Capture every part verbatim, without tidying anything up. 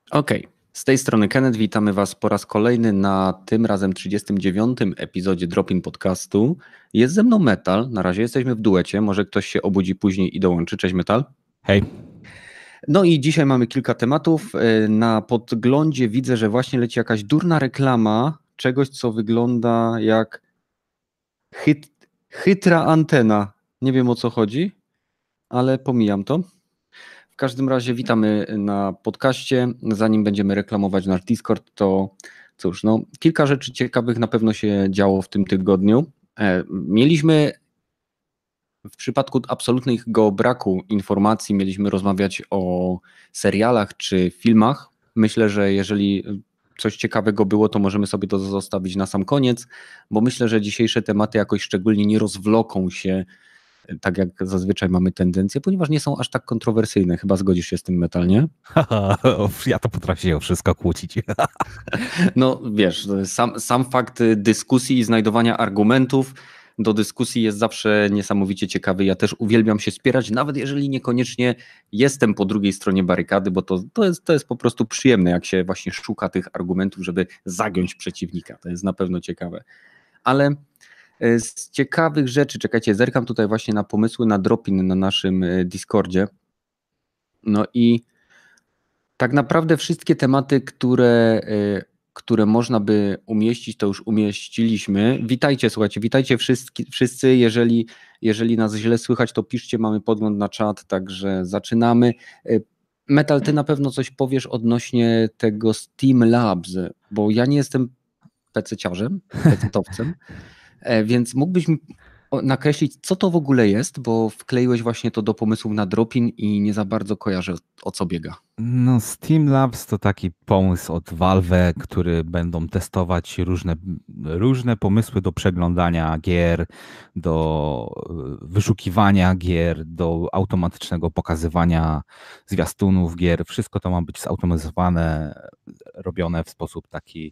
Okej, z tej strony Kenneth, witamy Was po raz kolejny na tym razem trzydziestym dziewiątym epizodzie Drop-in Podcastu. Jest ze mną Metal, na razie jesteśmy w duecie, może ktoś się obudzi później i dołączy. Cześć Metal. Hej. No i dzisiaj mamy kilka tematów. Na podglądzie widzę, że właśnie leci jakaś durna reklama czegoś, co wygląda jak chyt, chytra antena. Nie wiem o co chodzi, ale pomijam to. W każdym razie witamy na podcaście. Zanim będziemy reklamować nasz Discord, to cóż, no kilka rzeczy ciekawych na pewno się działo w tym tygodniu. Mieliśmy w przypadku absolutnego braku informacji, mieliśmy rozmawiać o serialach czy filmach. Myślę, że jeżeli coś ciekawego było, to możemy sobie to zostawić na sam koniec, bo myślę, że dzisiejsze tematy jakoś szczególnie nie rozwloką się tak jak zazwyczaj mamy tendencję, ponieważ nie są aż tak kontrowersyjne. Chyba zgodzisz się z tym, Metal, nie? Ja to potrafię się o wszystko kłócić. No wiesz, sam, sam fakt dyskusji i znajdowania argumentów do dyskusji jest zawsze niesamowicie ciekawy. Ja też uwielbiam się spierać, nawet jeżeli niekoniecznie jestem po drugiej stronie barykady, bo to, to, jest, to jest po prostu przyjemne, jak się właśnie szuka tych argumentów, żeby zagiąć przeciwnika. To jest na pewno ciekawe. Ale z ciekawych rzeczy, czekajcie, zerkam tutaj właśnie na pomysły na drop-in na naszym Discordzie. No i tak naprawdę wszystkie tematy, które, które można by umieścić, to już umieściliśmy. Witajcie, słuchajcie, witajcie wszyscy, wszyscy. Jeżeli, jeżeli nas źle słychać, to piszcie, mamy podgląd na czat, także zaczynamy. Metal, ty na pewno coś powiesz odnośnie tego Steam Labs, bo ja nie jestem pececiarzem, pecetowcem. Więc mógłbyś mi nakreślić, co to w ogóle jest, bo wkleiłeś właśnie to do pomysłów na drop-in i nie za bardzo kojarzę, o co biega. No, Steam Labs to taki pomysł od Valve, który będą testować różne, różne pomysły do przeglądania gier, do wyszukiwania gier, do automatycznego pokazywania zwiastunów gier. Wszystko to ma być zautomatyzowane, robione w sposób taki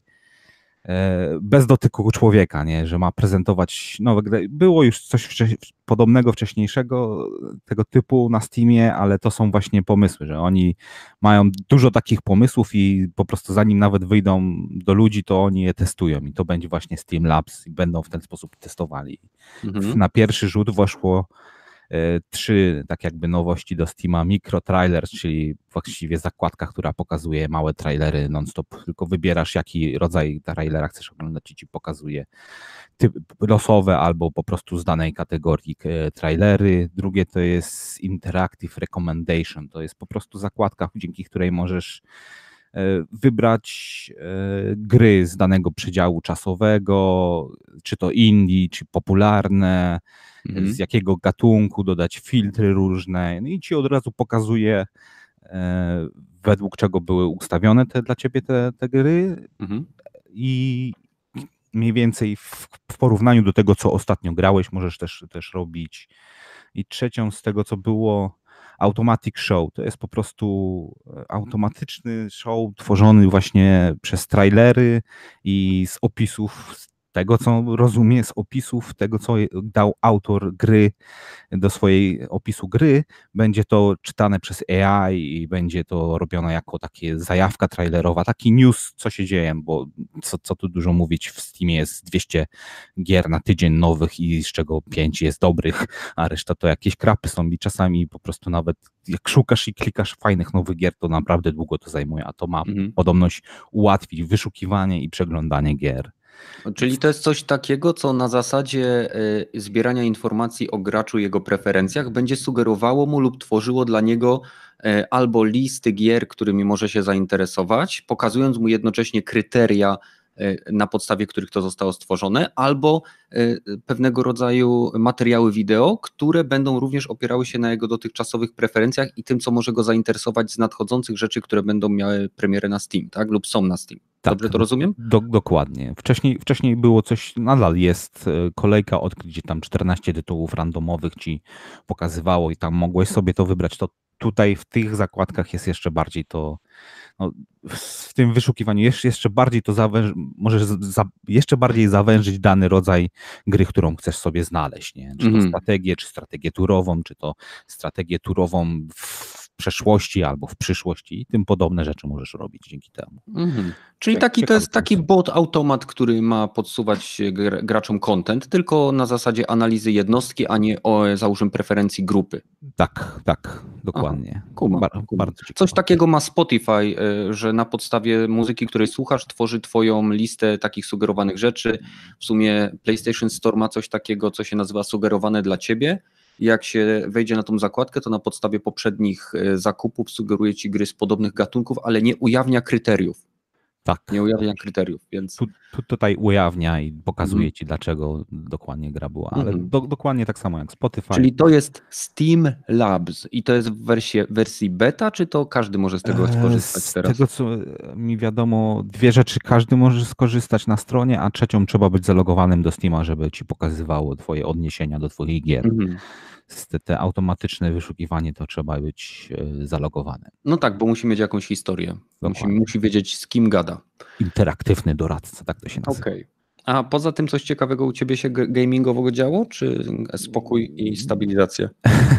bez dotyku człowieka, nie? Że ma prezentować nowe gry. Było już coś wcześ- podobnego, wcześniejszego tego typu na Steamie, ale to są właśnie pomysły, że oni mają dużo takich pomysłów i po prostu zanim nawet wyjdą do ludzi, to oni je testują i to będzie właśnie Steam Labs i będą w ten sposób testowali. Mhm. Na pierwszy rzut weszło trzy tak jakby nowości do Steama, micro trailers, czyli właściwie zakładka, która pokazuje małe trailery non-stop, tylko wybierasz jaki rodzaj trailera chcesz oglądać i ci pokazuje typ losowe albo po prostu z danej kategorii trailery. Drugie to jest interactive recommendation, to jest po prostu zakładka, dzięki której możesz wybrać gry z danego przedziału czasowego, czy to indie, czy popularne, mhm. z jakiego gatunku, dodać filtry różne, no i ci od razu pokazuje, według czego były ustawione te dla ciebie te, te gry, mhm. i mniej więcej w, w porównaniu do tego, co ostatnio grałeś, możesz też, też robić. I trzecią z tego, co było, Automatic Show. To jest po prostu automatyczny show tworzony właśnie przez trailery i z opisów tego, co rozumie, z opisów tego, co dał autor gry do swojej opisu gry. Będzie to czytane przez A I i będzie to robione jako takie zajawka trailerowa, taki news, co się dzieje, bo co, co tu dużo mówić, w Steamie jest dwieście gier na tydzień nowych i z czego pięć jest dobrych, a reszta to jakieś krapy są i czasami po prostu nawet jak szukasz i klikasz fajnych nowych gier, to naprawdę długo to zajmuje, a to ma mhm. podobność ułatwić wyszukiwanie i przeglądanie gier. Czyli to jest coś takiego, co na zasadzie y, zbierania informacji o graczu i jego preferencjach będzie sugerowało mu lub tworzyło dla niego y, albo listy gier, którymi może się zainteresować, pokazując mu jednocześnie kryteria, y, na podstawie których to zostało stworzone, albo y, pewnego rodzaju materiały wideo, które będą również opierały się na jego dotychczasowych preferencjach i tym, co może go zainteresować z nadchodzących rzeczy, które będą miały premierę na Steam, tak? Lub są na Steam. Dobrze tak, to rozumiem? Do, dokładnie. Wcześniej, wcześniej było coś, nadal jest kolejka od gdzie tam czternaście tytułów randomowych ci pokazywało i tam mogłeś sobie to wybrać. To tutaj w tych zakładkach jest jeszcze bardziej to, no, w tym wyszukiwaniu jeszcze, jeszcze bardziej to zawęż, możesz za, jeszcze bardziej zawężyć dany rodzaj gry, którą chcesz sobie znaleźć, nie? Czy to mm. strategię, czy strategię turową, czy to strategię turową w przeszłości albo w przyszłości i tym podobne rzeczy możesz robić dzięki temu. Mhm. Czyli taki to jest taki bot automat, który ma podsuwać graczom content, tylko na zasadzie analizy jednostki, a nie o załóżmy preferencji grupy. Tak, tak, dokładnie. Kuma, Bar kuma. bardzo ciekawe. Coś takiego ma Spotify, że na podstawie muzyki, której słuchasz, tworzy twoją listę takich sugerowanych rzeczy. W sumie PlayStation Store ma coś takiego, co się nazywa sugerowane dla ciebie. Jak się wejdzie na tą zakładkę, to na podstawie poprzednich zakupów sugeruje ci gry z podobnych gatunków, ale nie ujawnia kryteriów. Tak. Nie ujawnia kryteriów, więc... Tu, tu, tutaj ujawnia i pokazuje mm. ci, dlaczego dokładnie gra była, ale mm -hmm. do, dokładnie tak samo jak Spotify. Czyli to jest Steam Labs i to jest w wersji, wersji beta, czy to każdy może z tego skorzystać z teraz? Z tego, co mi wiadomo, dwie rzeczy każdy może skorzystać na stronie, a trzecią trzeba być zalogowanym do Steama, żeby ci pokazywało twoje odniesienia do twoich gier. Mm -hmm. Te, te automatyczne wyszukiwanie to trzeba być zalogowanym. No tak, bo musi mieć jakąś historię. Musi, musi wiedzieć, z kim gada. Interaktywny doradca, tak to się nazywa. Okej. Okay. A poza tym coś ciekawego u ciebie się gamingowo działo, czy spokój i stabilizacja?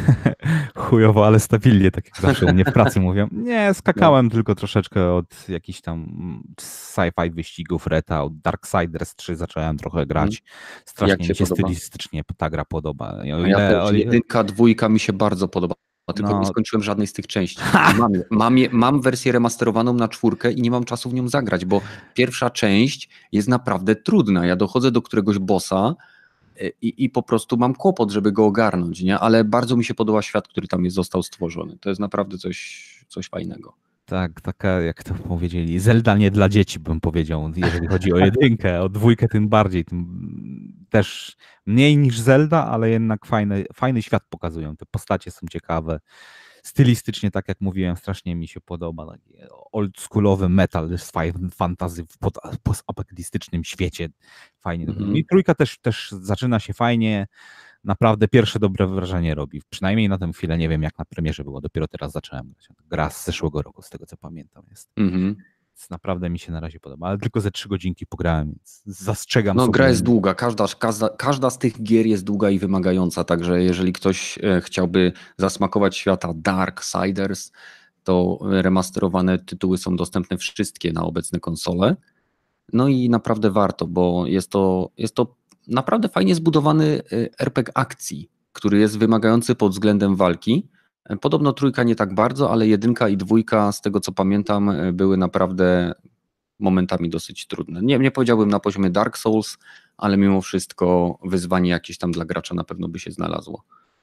Chujowo, ale stabilnie, tak jak zawsze u mnie w pracy mówią. Nie, skakałem no. tylko troszeczkę od jakichś tam sci-fi wyścigów, Reta, od Darksiders trzy zacząłem trochę grać. Strasznie jak mi się, się stylistycznie ta gra podoba. O ile, ja też, jedynka, dwójka mi się bardzo podoba. Tylko no. nie skończyłem żadnej z tych części. Mam, mam, mam wersję remasterowaną na czwórkę i nie mam czasu w nią zagrać, bo pierwsza część jest naprawdę trudna. Ja dochodzę do któregoś bossa i, i po prostu mam kłopot, żeby go ogarnąć, nie? Ale bardzo mi się podoba świat, który tam jest, został stworzony. To jest naprawdę coś, coś fajnego. Tak, taka, jak to powiedzieli, Zelda nie dla dzieci, bym powiedział, jeżeli chodzi o jedynkę, o dwójkę tym bardziej, tym też mniej niż Zelda, ale jednak fajny, fajny świat pokazują, te postacie są ciekawe, stylistycznie, tak jak mówiłem, strasznie mi się podoba, taki oldschoolowy metal, fantasy w postapokaliptycznym świecie, fajnie. Mm-hmm. I trójka też, też zaczyna się fajnie, naprawdę pierwsze dobre wrażenie robi. Przynajmniej na tę chwilę, nie wiem jak na premierze było, dopiero teraz zacząłem grać. Gra z zeszłego roku, z tego co pamiętam jest. Mm-hmm. Więc naprawdę mi się na razie podoba, ale tylko ze trzy godzinki pograłem, więc zastrzegam no, sobie. No gra jest długa, każda, każda, każda z tych gier jest długa i wymagająca, także jeżeli ktoś chciałby zasmakować świata Darksiders, to remasterowane tytuły są dostępne wszystkie na obecne konsole. No i naprawdę warto, bo jest to, jest to naprawdę fajnie zbudowany er pe gie akcji, który jest wymagający pod względem walki. Podobno trójka nie tak bardzo, ale jedynka i dwójka, z tego co pamiętam, były naprawdę momentami dosyć trudne. Nie, nie powiedziałbym na poziomie Dark Souls, ale mimo wszystko wyzwanie jakieś tam dla gracza na pewno by się znalazło.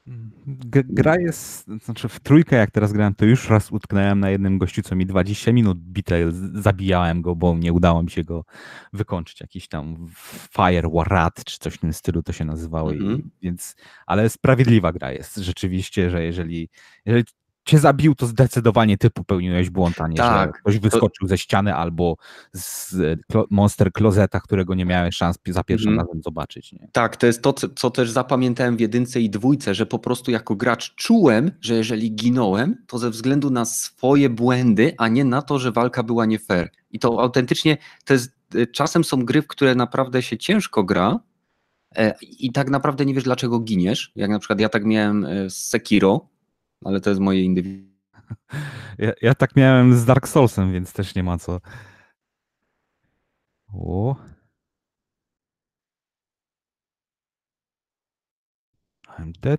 Gra jest, znaczy w trójkę jak teraz grałem, to już raz utknąłem na jednym gościu, co mi dwadzieścia minut bite, zabijałem go, bo nie udało mi się go wykończyć, jakiś tam Fire Warrat, czy coś w tym stylu to się nazywało, mm-hmm. i, więc, ale sprawiedliwa gra jest rzeczywiście, że jeżeli, jeżeli cię zabił, to zdecydowanie ty popełniłeś błąd, a nie, tak, że ktoś wyskoczył to... ze ściany albo z monster klozeta, którego nie miałem szans za pierwszym mm. razem zobaczyć. Nie? Tak, to jest to, co też zapamiętałem w jedynce i dwójce, że po prostu jako gracz czułem, że jeżeli ginąłem, to ze względu na swoje błędy, a nie na to, że walka była nie fair. I to autentycznie, to jest, czasem są gry, w które naprawdę się ciężko gra i tak naprawdę nie wiesz, dlaczego giniesz. Jak na przykład ja tak miałem z Sekiro, ale to jest moje indywidualne. Ja, ja tak miałem z Dark Soulsem, więc też nie ma co. O. I'm dead.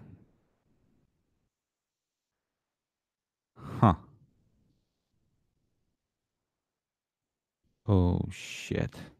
Huh. Oh shit.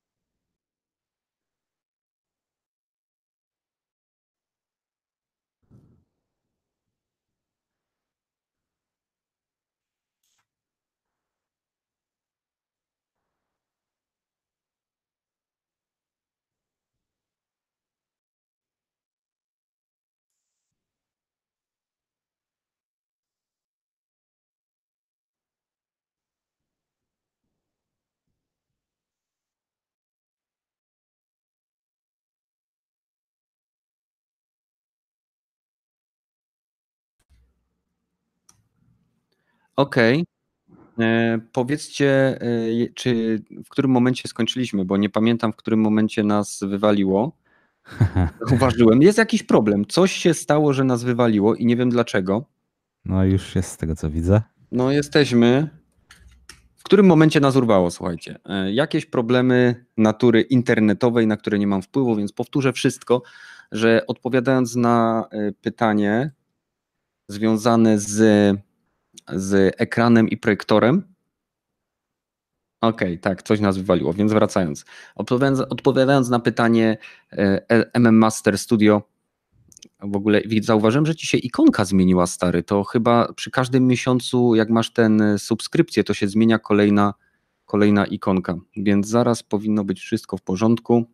Okej. Okay. Powiedzcie, e, czy w którym momencie skończyliśmy, bo nie pamiętam, w którym momencie nas wywaliło. Zauważyłem, jest jakiś problem. Coś się stało, że nas wywaliło i nie wiem dlaczego. No już jest z tego, co widzę. No jesteśmy. W którym momencie nas urwało, słuchajcie? Jakieś problemy natury internetowej, na które nie mam wpływu, więc powtórzę wszystko, że odpowiadając na pytanie związane z, z ekranem i projektorem. Okej, okay, tak, coś nas wywaliło, więc wracając. Odpowiadając, odpowiadając na pytanie M M Master Studio, w ogóle zauważyłem, że ci się ikonka zmieniła, stary. To chyba przy każdym miesiącu, jak masz ten subskrypcję, to się zmienia kolejna, kolejna ikonka, więc zaraz powinno być wszystko w porządku.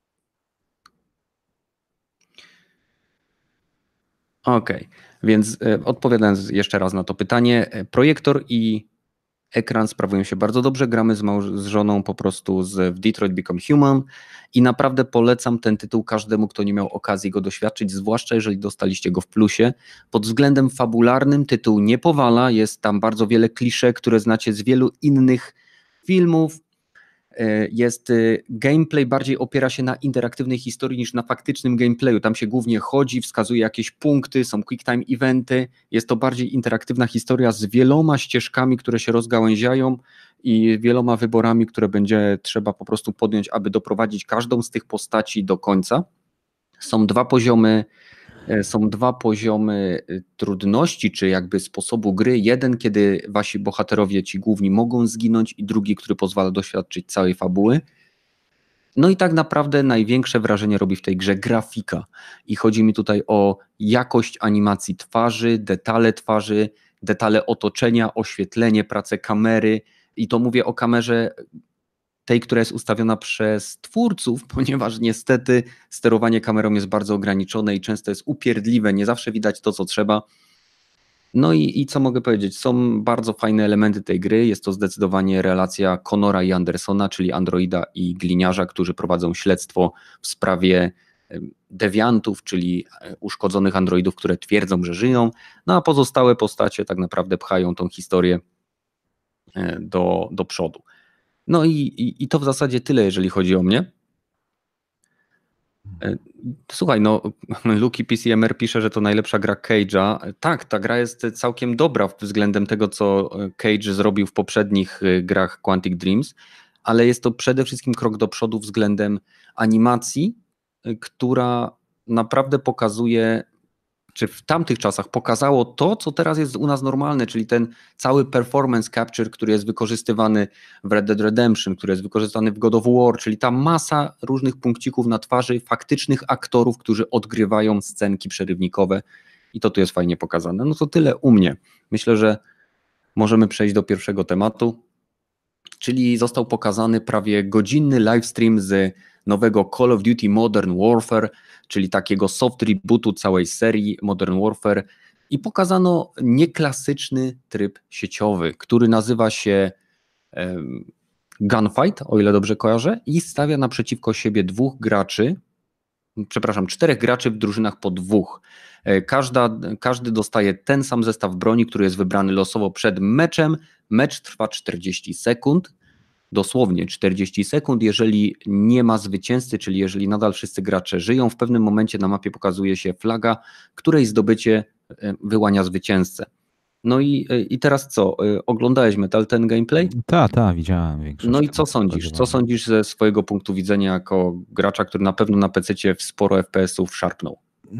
Okej, okay. Więc odpowiadając jeszcze raz na to pytanie, projektor i ekran sprawują się bardzo dobrze, gramy z, małż- z żoną po prostu z w Detroit Become Human i naprawdę polecam ten tytuł każdemu, kto nie miał okazji go doświadczyć, zwłaszcza jeżeli dostaliście go w plusie. Pod względem fabularnym tytuł nie powala, jest tam bardzo wiele kliszek, które znacie z wielu innych filmów. Jest gameplay, bardziej opiera się na interaktywnej historii niż na faktycznym gameplayu. Tam się głównie chodzi, wskazuje jakieś punkty, są quick time eventy. Jest to bardziej interaktywna historia z wieloma ścieżkami, które się rozgałęziają i wieloma wyborami, które będzie trzeba po prostu podjąć, aby doprowadzić każdą z tych postaci do końca. Są dwa poziomy Są dwa poziomy trudności, czy jakby sposobu gry. Jeden, kiedy wasi bohaterowie, ci główni, mogą zginąć, i drugi, który pozwala doświadczyć całej fabuły. No i tak naprawdę największe wrażenie robi w tej grze grafika. I chodzi mi tutaj o jakość animacji twarzy, detale twarzy, detale otoczenia, oświetlenie, pracę kamery. I to mówię o kamerze tej, która jest ustawiona przez twórców, ponieważ niestety sterowanie kamerą jest bardzo ograniczone i często jest upierdliwe, nie zawsze widać to, co trzeba. No i, i co mogę powiedzieć, są bardzo fajne elementy tej gry, jest to zdecydowanie relacja Connora i Andersona, czyli androida i gliniarza, którzy prowadzą śledztwo w sprawie dewiantów, czyli uszkodzonych androidów, które twierdzą, że żyją, no a pozostałe postacie tak naprawdę pchają tą historię do, do przodu. No i, i, i to w zasadzie tyle, jeżeli chodzi o mnie. Słuchaj, no Luki P C M R pisze, że to najlepsza gra Cage'a. Tak, ta gra jest całkiem dobra względem tego, co Cage zrobił w poprzednich grach Quantic Dreams, ale jest to przede wszystkim krok do przodu względem animacji, która naprawdę pokazuje, czy w tamtych czasach pokazało to, co teraz jest u nas normalne, czyli ten cały performance capture, który jest wykorzystywany w Red Dead Redemption, który jest wykorzystany w God of War, czyli ta masa różnych punkcików na twarzy faktycznych aktorów, którzy odgrywają scenki przerywnikowe, i to tu jest fajnie pokazane. No to tyle u mnie. Myślę, że możemy przejść do pierwszego tematu, czyli został pokazany prawie godzinny livestream z nowego Call of Duty Modern Warfare, czyli takiego soft rebootu całej serii Modern Warfare, i pokazano nieklasyczny tryb sieciowy, który nazywa się um, Gunfight, o ile dobrze kojarzę, i stawia naprzeciwko siebie dwóch graczy, przepraszam, czterech graczy w drużynach po dwóch. Każda, każdy dostaje ten sam zestaw broni, który jest wybrany losowo przed meczem. Mecz trwa czterdzieści sekund. Dosłownie czterdzieści sekund, jeżeli nie ma zwycięzcy, czyli jeżeli nadal wszyscy gracze żyją, w pewnym momencie na mapie pokazuje się flaga, której zdobycie wyłania zwycięzcę. No i, i teraz co? Oglądałeś Metal ten gameplay? Tak, tak, widziałem większość. No i co sądzisz? Co sądzisz ze swojego punktu widzenia jako gracza, który na pewno na pececie w sporo F P S-ów szarpnął?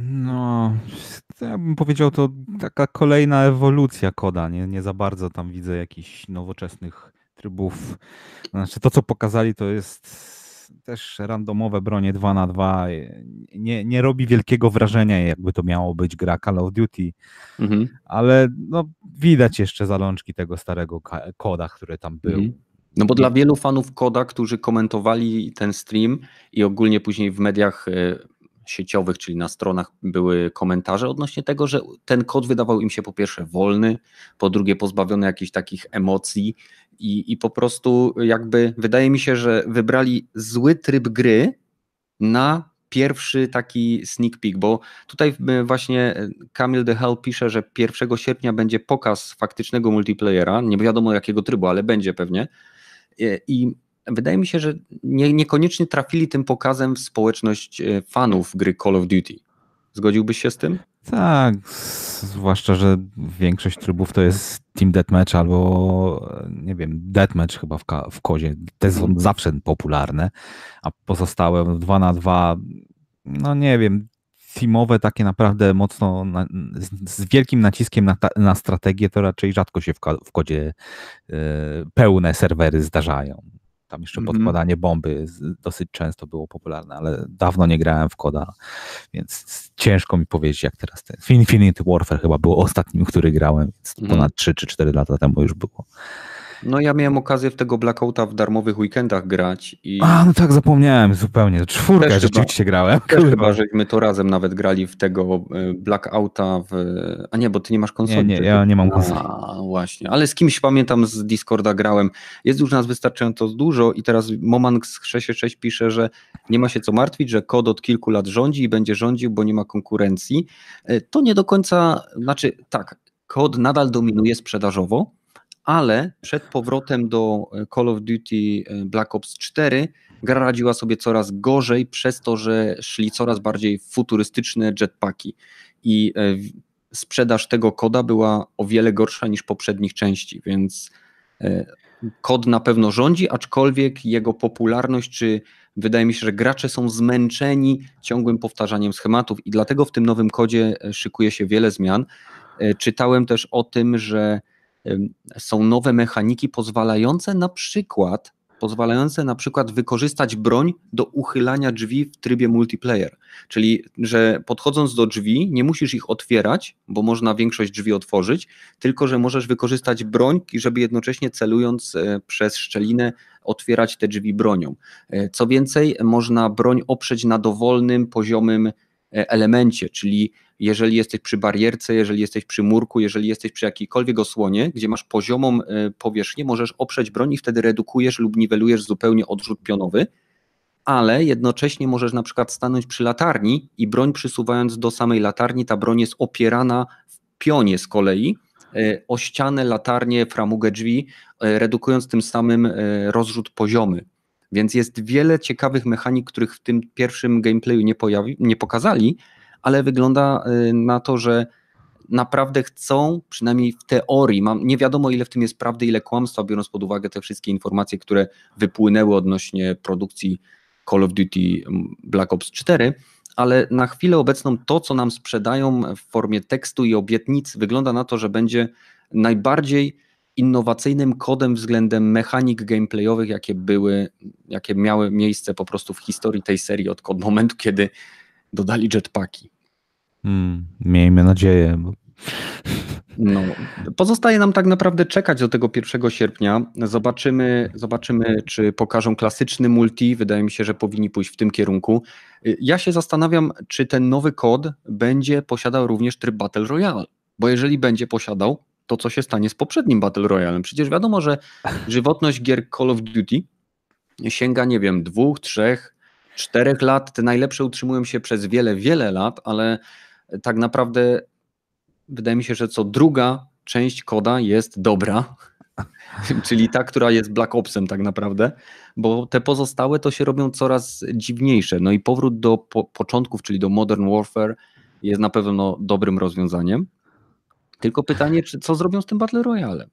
No, ja bym powiedział, to taka kolejna ewolucja koda, nie, nie za bardzo tam widzę jakichś nowoczesnych trybów. Znaczy to, co pokazali, to jest też randomowe bronie dwa na dwa. Nie, nie robi wielkiego wrażenia, jakby to miało być gra Call of Duty, mhm. ale no, widać jeszcze zalążki tego starego koda, który tam był. Mhm. No bo dla wielu fanów koda, którzy komentowali ten stream i ogólnie później w mediach sieciowych, czyli na stronach, były komentarze odnośnie tego, że ten kod wydawał im się po pierwsze wolny, po drugie pozbawiony jakichś takich emocji i, i po prostu jakby wydaje mi się, że wybrali zły tryb gry na pierwszy taki sneak peek, bo tutaj właśnie Kamil The Hell pisze, że pierwszego sierpnia będzie pokaz faktycznego multiplayera, nie wiadomo jakiego trybu, ale będzie pewnie, i wydaje mi się, że nie, niekoniecznie trafili tym pokazem w społeczność fanów gry Call of Duty. Zgodziłbyś się z tym? Tak, zwłaszcza, że większość trybów to jest Team Deathmatch albo, nie wiem, Deathmatch chyba w, w kodzie. Te są zawsze popularne, a pozostałe dwa na dwa, no nie wiem, teamowe takie naprawdę mocno, na, z, z wielkim naciskiem na, ta, na strategię, to raczej rzadko się w, w kodzie y, pełne serwery zdarzają. Tam jeszcze Mhm. podkładanie bomby dosyć często było popularne, ale dawno nie grałem w koda, więc ciężko mi powiedzieć, jak teraz ten. Infinity Warfare chyba było ostatnim, który grałem, więc Mhm. ponad trzy czy cztery lata temu już było. No ja miałem okazję w tego Blackouta w darmowych weekendach grać i... A, no tak, zapomniałem zupełnie. Czwórkę też rzeczywiście chyba, grałem. Też chyba, żeśmy to razem nawet grali w tego Blackouta w... A nie, bo ty nie masz konsoli. Nie, nie, ja nie mam konsoli. A, właśnie, ale z kimś pamiętam z Discorda grałem. Jest już nas wystarczająco dużo i teraz Momank z sześć sześć pisze, że nie ma się co martwić, że kod od kilku lat rządzi i będzie rządził, bo nie ma konkurencji. To nie do końca, znaczy tak, kod nadal dominuje sprzedażowo, ale przed powrotem do Call of Duty Black Ops cztery gra radziła sobie coraz gorzej przez to, że szli coraz bardziej futurystyczne jetpacki i sprzedaż tego koda była o wiele gorsza niż poprzednich części, więc kod na pewno rządzi, aczkolwiek jego popularność, czy wydaje mi się, że gracze są zmęczeni ciągłym powtarzaniem schematów i dlatego w tym nowym kodzie szykuje się wiele zmian. Czytałem też o tym, że są nowe mechaniki pozwalające na przykład pozwalające na przykład wykorzystać broń do uchylania drzwi w trybie multiplayer. Czyli, że podchodząc do drzwi nie musisz ich otwierać, bo można większość drzwi otworzyć, tylko że możesz wykorzystać broń, żeby jednocześnie celując przez szczelinę otwierać te drzwi bronią. Co więcej, można broń oprzeć na dowolnym, poziomym elemencie, czyli jeżeli jesteś przy barierce, jeżeli jesteś przy murku, jeżeli jesteś przy jakiejkolwiek osłonie, gdzie masz poziomą powierzchnię, możesz oprzeć broń i wtedy redukujesz lub niwelujesz zupełnie odrzut pionowy, ale jednocześnie możesz na przykład stanąć przy latarni i broń przysuwając do samej latarni, ta broń jest opierana w pionie z kolei o ścianę, latarnię, framugę drzwi, redukując tym samym rozrzut poziomy. Więc jest wiele ciekawych mechanik, których w tym pierwszym gameplayu nie, pojawi, nie pokazali, ale wygląda na to, że naprawdę chcą, przynajmniej w teorii, mam, nie wiadomo ile w tym jest prawdy, ile kłamstwa, biorąc pod uwagę te wszystkie informacje, które wypłynęły odnośnie produkcji Call of Duty Black Ops cztery, ale na chwilę obecną to, co nam sprzedają w formie tekstu i obietnic, wygląda na to, że będzie najbardziej innowacyjnym kodem względem mechanik gameplayowych, jakie były, jakie miały miejsce po prostu w historii tej serii od momentu, kiedy dodali jetpacki. Hmm, miejmy nadzieję. Bo... No, pozostaje nam tak naprawdę czekać do tego pierwszego sierpnia. Zobaczymy, zobaczymy, czy pokażą klasyczny multi. Wydaje mi się, że powinni pójść w tym kierunku. Ja się zastanawiam, czy ten nowy kod będzie posiadał również tryb Battle Royale, bo jeżeli będzie posiadał, to co się stanie z poprzednim Battle Royalem? Przecież wiadomo, że żywotność gier Call of Duty sięga, nie wiem, dwóch, trzech, czterech lat. Te najlepsze utrzymują się przez wiele, wiele lat, ale tak naprawdę wydaje mi się, że co druga część koda jest dobra, czyli ta, która jest Black Opsem tak naprawdę, bo te pozostałe to się robią coraz dziwniejsze. No i powrót do po początków, czyli do Modern Warfare jest na pewno dobrym rozwiązaniem. Tylko pytanie, czy co zrobią z tym Battle Royale?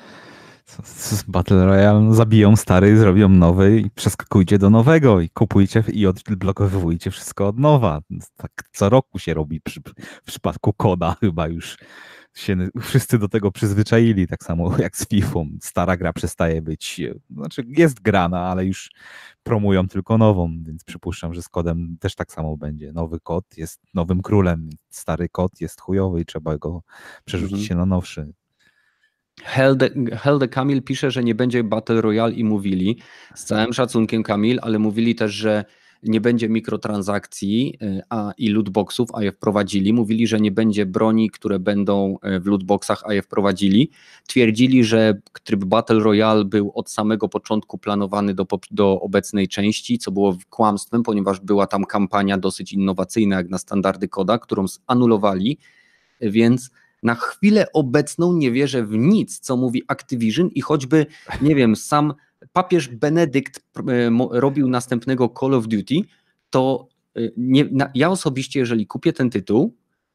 Z Battle Royale zabiją stary, zrobią nowy i przeskakujcie do nowego i kupujcie i odblokowujcie wszystko od nowa. Tak co roku się robi przy, w przypadku koda chyba już się wszyscy do tego przyzwyczaili, tak samo jak z Fifą. Stara gra przestaje być, znaczy jest grana, ale już promują tylko nową, więc przypuszczam, że z kodem też tak samo będzie. Nowy kod jest nowym królem, stary kod jest chujowy i trzeba go przerzucić mhm. się na nowszy. Helde, Helde Kamil pisze, że nie będzie Battle Royale i mówili, z całym szacunkiem Kamil, ale mówili też, że nie będzie mikrotransakcji a, i lootboxów, a je wprowadzili. Mówili, że nie będzie broni, które będą w lootboxach, a je wprowadzili. Twierdzili, że tryb Battle Royale był od samego początku planowany do, do obecnej części, co było kłamstwem, ponieważ była tam kampania dosyć innowacyjna jak na standardy koda, którą zanulowali, więc na chwilę obecną nie wierzę w nic, co mówi Activision i choćby, nie wiem, sam papież Benedykt robił następnego Call of Duty, to nie, ja osobiście, jeżeli kupię ten tytuł,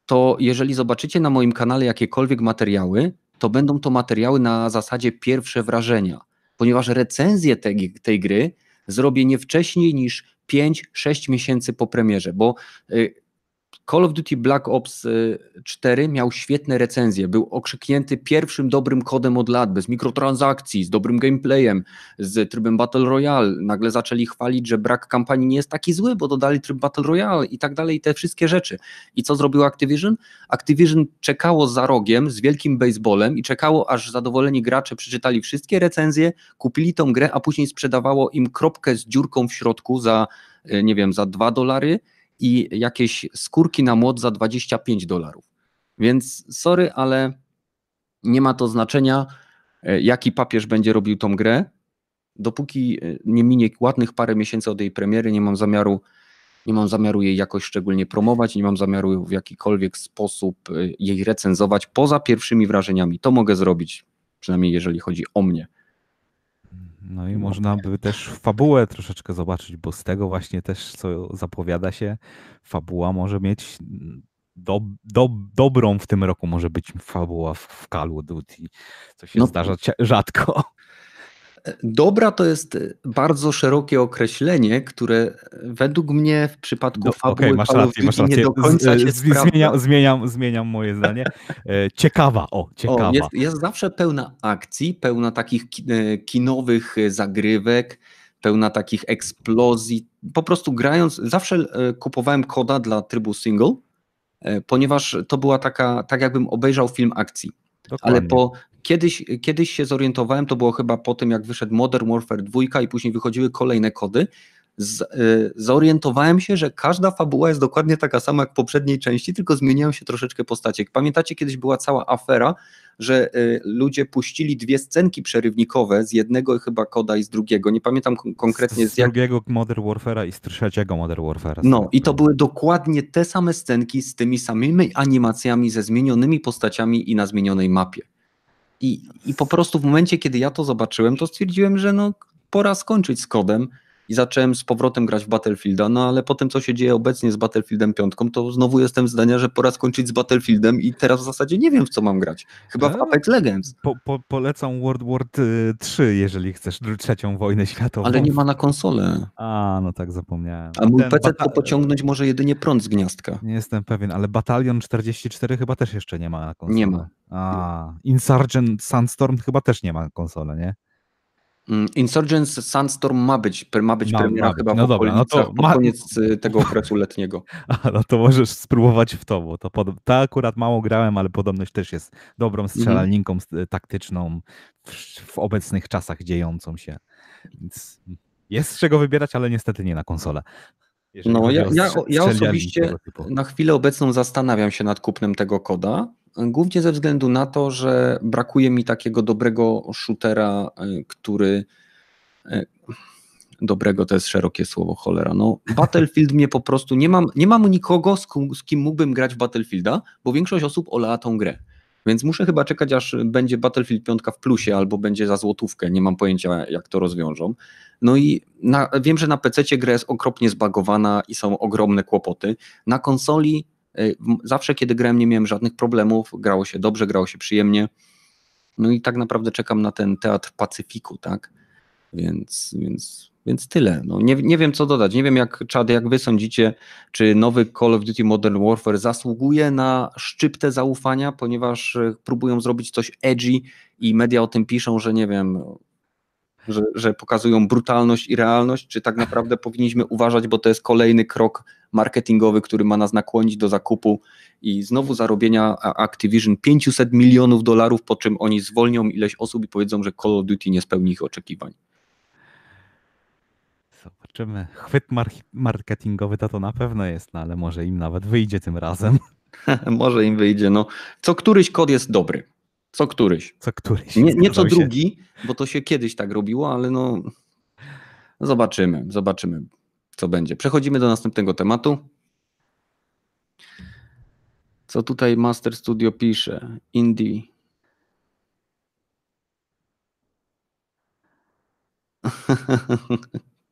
to jeżeli zobaczycie na moim kanale jakiekolwiek materiały, to będą to materiały na zasadzie pierwsze wrażenia, ponieważ recenzję tej, tej gry zrobię nie wcześniej niż pięć sześć miesięcy po premierze, bo Call of Duty Black Ops cztery miał świetne recenzje, był okrzyknięty pierwszym dobrym kodem od lat, bez mikrotransakcji, z dobrym gameplayem, z trybem Battle Royale. Nagle zaczęli chwalić, że brak kampanii nie jest taki zły, bo dodali tryb Battle Royale i tak dalej, i te wszystkie rzeczy. I co zrobił Activision? Activision czekało za rogiem z wielkim baseballem i czekało, aż zadowoleni gracze przeczytali wszystkie recenzje, kupili tą grę, a później sprzedawało im kropkę z dziurką w środku za, nie wiem, za dwa dolary, i jakieś skórki na młot za dwadzieścia pięć dolarów. Więc sorry, ale nie ma to znaczenia, jaki papież będzie robił tą grę. Dopóki nie minie ładnych parę miesięcy od jej premiery, nie mam zamiaru, nie mam zamiaru jej jakoś szczególnie promować, nie mam zamiaru w jakikolwiek sposób jej recenzować poza pierwszymi wrażeniami. To mogę zrobić, przynajmniej jeżeli chodzi o mnie. No i można by też fabułę troszeczkę zobaczyć, bo z tego właśnie też, co zapowiada się, fabuła może mieć do, do, dobrą w tym roku może być fabuła w, w Call of Duty, co się No, zdarza rzadko. Dobra to jest bardzo szerokie określenie, które według mnie w przypadku Do, fabuły okay, masz Call of rację, masz Duty nie rację. do końca się Z, sprawdza. zmieniam, zmieniam, zmieniam moje zdanie. Ciekawa, o, ciekawa. O, jest, jest zawsze pełna akcji, pełna takich kinowych zagrywek, pełna takich eksplozji. Po prostu grając, zawsze kupowałem koda dla trybu single, ponieważ to była taka, tak jakbym obejrzał film akcji. Dokładnie. Ale po kiedyś, kiedyś się zorientowałem, to było chyba po tym, jak wyszedł Modern Warfare dwa i później wychodziły kolejne kody, z, y, zorientowałem się, że każda fabuła jest dokładnie taka sama jak w poprzedniej części, tylko zmieniają się troszeczkę postacie. Pamiętacie, kiedyś była cała afera, że y, ludzie puścili dwie scenki przerywnikowe z jednego chyba koda i z drugiego, nie pamiętam kon- konkretnie z, z drugiego jak... Modern Warfare'a i z trzeciego Modern Warfare'a. No i to były dokładnie te same scenki z tymi samymi animacjami, ze zmienionymi postaciami i na zmienionej mapie. I, I po prostu w momencie, kiedy ja to zobaczyłem, to stwierdziłem, że no pora skończyć z kodem i zacząłem z powrotem grać w Battlefielda, no ale po tym, co się dzieje obecnie z Battlefieldem pięć, to znowu jestem zdania, że pora skończyć z Battlefieldem i teraz w zasadzie nie wiem, w co mam grać. Chyba w Apex Legends. Po, po, polecam World War trzy, jeżeli chcesz, trzecią wojnę światową. Ale nie ma na konsolę. A, no tak, zapomniałem. A mój P C to pociągnąć może jedynie prąd z gniazdka. Nie jestem pewien, ale Batalion czterdzieści cztery chyba też jeszcze nie ma na konsolę. Nie ma. A, Insurgent Sandstorm chyba też nie ma na konsolę, nie? Insurgents Sandstorm ma być, ma być ma, premiera ma być. chyba no w dobra, no to pod ma... koniec tego okresu letniego. A, no to możesz spróbować w to, bo to, pod... to akurat mało grałem, ale podobność też jest dobrą strzelaninką mm. taktyczną w, w obecnych czasach dziejącą się. Więc jest z czego wybierać, ale niestety nie na konsolę. No ja, ja, ja osobiście na chwilę obecną zastanawiam się nad kupnem tego koda, głównie ze względu na to, że brakuje mi takiego dobrego shootera, który... Dobrego to jest szerokie słowo, cholera. No, Battlefield mnie po prostu... Nie mam, nie mam nikogo, z, z kim mógłbym grać w Battlefielda, bo większość osób olała tą grę. Więc muszę chyba czekać, aż będzie Battlefield pięć w plusie albo będzie za złotówkę. Nie mam pojęcia, jak to rozwiążą. No i na, wiem, że na pececie gra jest okropnie zbagowana i są ogromne kłopoty. Na konsoli y, zawsze, kiedy grałem, nie miałem żadnych problemów. Grało się dobrze, grało się przyjemnie. No i tak naprawdę czekam na ten Teatr Pacyfiku, tak? Więc... więc Więc tyle. No, nie, nie wiem, co dodać. Nie wiem, jak czad, jak wy sądzicie, czy nowy Call of Duty Modern Warfare zasługuje na szczyptę zaufania, ponieważ próbują zrobić coś edgy i media o tym piszą, że nie wiem, że, że pokazują brutalność i realność, czy tak naprawdę powinniśmy uważać, bo to jest kolejny krok marketingowy, który ma nas nakłonić do zakupu i znowu zarobienia Activision pięćset milionów dolarów, po czym oni zwolnią ileś osób i powiedzą, że Call of Duty nie spełni ich oczekiwań. Zobaczymy. Chwyt marketingowy to to na pewno jest, no ale może im nawet wyjdzie tym razem. Może im wyjdzie. No, co któryś kod jest dobry. Co któryś. Co któryś. Nie, nie co drugi, bo to się kiedyś tak robiło, ale no zobaczymy, zobaczymy, co będzie. Przechodzimy do następnego tematu. Co tutaj Master Studio pisze? Indie.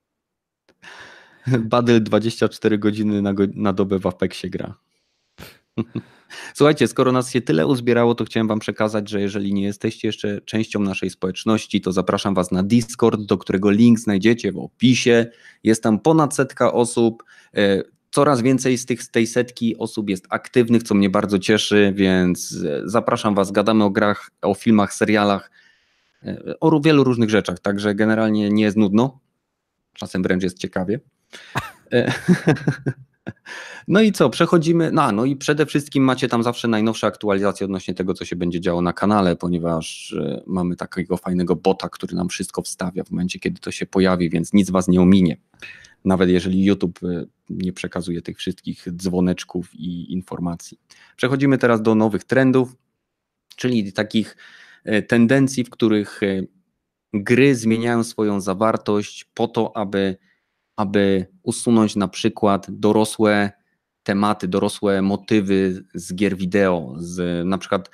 Badel dwadzieścia cztery godziny na, go, na dobę w Apexie gra. Słuchajcie, skoro nas się tyle uzbierało, to chciałem wam przekazać, że jeżeli nie jesteście jeszcze częścią naszej społeczności, to zapraszam was na Discord, do którego link znajdziecie w opisie. Jest tam ponad setka osób. Coraz więcej z tych, z tej setki osób jest aktywnych, co mnie bardzo cieszy, więc zapraszam was, gadamy o grach, o filmach, serialach, o wielu różnych rzeczach, także generalnie nie jest nudno, czasem wręcz jest ciekawie. No i co, przechodzimy, no, no i przede wszystkim macie tam zawsze najnowsze aktualizacje odnośnie tego, co się będzie działo na kanale, ponieważ mamy takiego fajnego bota, który nam wszystko wstawia w momencie, kiedy to się pojawi, więc nic was nie ominie. Nawet jeżeli YouTube nie przekazuje tych wszystkich dzwoneczków i informacji. Przechodzimy teraz do nowych trendów, czyli takich tendencji, w których gry zmieniają swoją zawartość po to, aby, aby usunąć na przykład dorosłe tematy, dorosłe motywy z gier wideo. Z, na przykład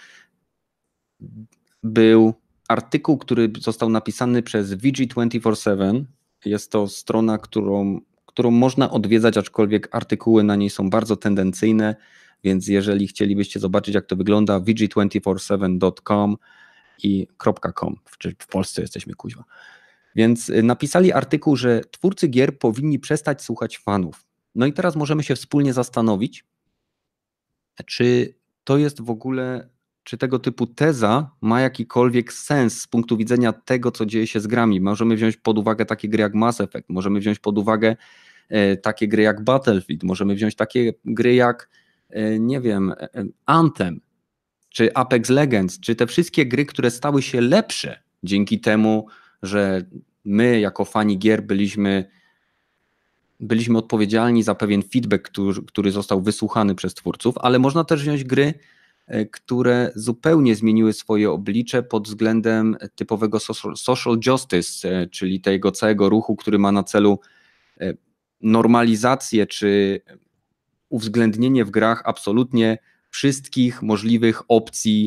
był artykuł, który został napisany przez V G dwadzieścia cztery siedem. Jest to strona, którą, którą można odwiedzać, aczkolwiek artykuły na niej są bardzo tendencyjne, więc jeżeli chcielibyście zobaczyć, jak to wygląda, v g dwadzieścia cztery siedem kropka com i .com, czy w Polsce jesteśmy, kuźwa. Więc napisali artykuł, że twórcy gier powinni przestać słuchać fanów. No i teraz możemy się wspólnie zastanowić, czy to jest w ogóle, czy tego typu teza ma jakikolwiek sens z punktu widzenia tego, co dzieje się z grami. Możemy wziąć pod uwagę takie gry jak Mass Effect, możemy wziąć pod uwagę e, takie gry jak Battlefield, możemy wziąć takie gry jak, e, nie wiem, e, Anthem, czy Apex Legends, czy te wszystkie gry, które stały się lepsze dzięki temu, że my jako fani gier byliśmy, byliśmy odpowiedzialni za pewien feedback, który, który został wysłuchany przez twórców, ale można też wziąć gry, które zupełnie zmieniły swoje oblicze pod względem typowego social justice, czyli tego całego ruchu, który ma na celu normalizację czy uwzględnienie w grach absolutnie wszystkich możliwych opcji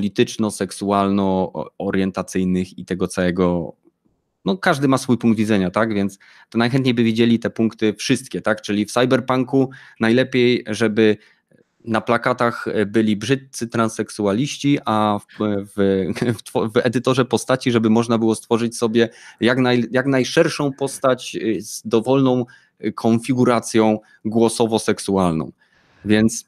polityczno-seksualno-orientacyjnych i tego całego. No każdy ma swój punkt widzenia, tak, więc to najchętniej by widzieli te punkty wszystkie, tak, czyli w cyberpunku najlepiej, żeby na plakatach byli brzydcy transseksualiści, a w, w, w, w edytorze postaci, żeby można było stworzyć sobie jak, naj, jak najszerszą postać z dowolną konfiguracją głosowo-seksualną. Więc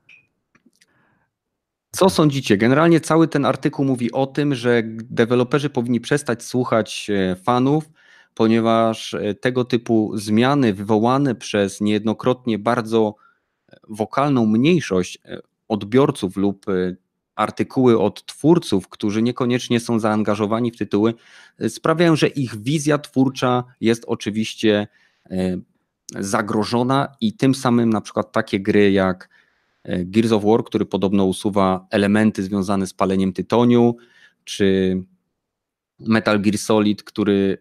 co sądzicie? Generalnie cały ten artykuł mówi o tym, że deweloperzy powinni przestać słuchać fanów, ponieważ tego typu zmiany wywołane przez niejednokrotnie bardzo wokalną mniejszość odbiorców lub artykuły od twórców, którzy niekoniecznie są zaangażowani w tytuły, sprawiają, że ich wizja twórcza jest oczywiście zagrożona i tym samym na przykład takie gry jak Gears of War, który podobno usuwa elementy związane z paleniem tytoniu, czy Metal Gear Solid, który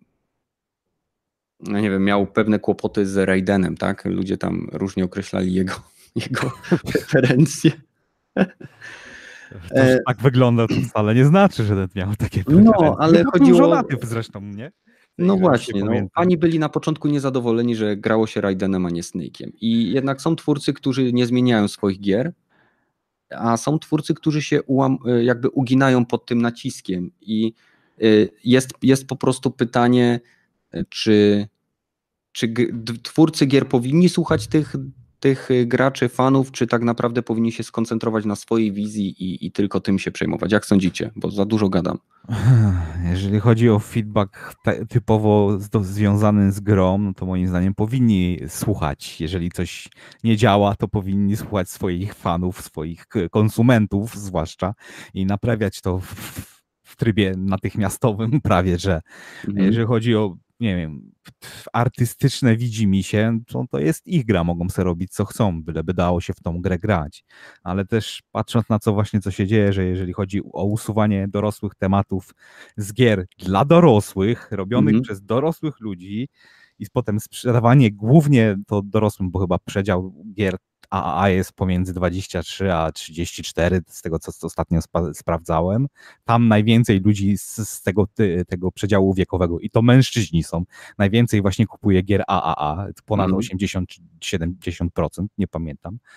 no nie wiem, miał pewne kłopoty z Raidenem, tak? Ludzie tam różnie określali jego, jego preferencje. To, że tak wygląda, to wcale nie znaczy, że miał takie preferencje. No, ale chodziło... zresztą, nie? No właśnie, no, oni byli na początku niezadowoleni, że grało się Raidenem, a nie Snake'iem. I jednak są twórcy, którzy nie zmieniają swoich gier, a są twórcy, którzy się ułam, jakby uginają pod tym naciskiem. I jest, jest po prostu pytanie, czy, czy twórcy gier powinni słuchać tych, tych graczy, fanów, czy tak naprawdę powinni się skoncentrować na swojej wizji i, i tylko tym się przejmować? Jak sądzicie? Bo za dużo gadam. Jeżeli chodzi o feedback typowo związany z grą, no to moim zdaniem powinni słuchać. Jeżeli coś nie działa, to powinni słuchać swoich fanów, swoich konsumentów zwłaszcza i naprawiać to w, w trybie natychmiastowym prawie, że mhm. Jeżeli chodzi o, nie wiem, artystyczne widzimisię, to, to jest ich gra, mogą sobie robić co chcą, byleby dało się w tą grę grać. Ale też patrząc na co właśnie co się dzieje, że jeżeli chodzi o usuwanie dorosłych tematów z gier dla dorosłych, robionych mm-hmm. przez dorosłych ludzi i potem sprzedawanie głównie to dorosłym, bo chyba przedział gier A A A jest pomiędzy dwadzieścia trzy a trzydzieści cztery, z tego co ostatnio spa- sprawdzałem. Tam najwięcej ludzi z, z tego, ty, tego przedziału wiekowego, i to mężczyźni są, najwięcej właśnie kupuje gier A A A, ponad mm. osiemdziesiąt czy siedemdziesiąt procent, nie pamiętam.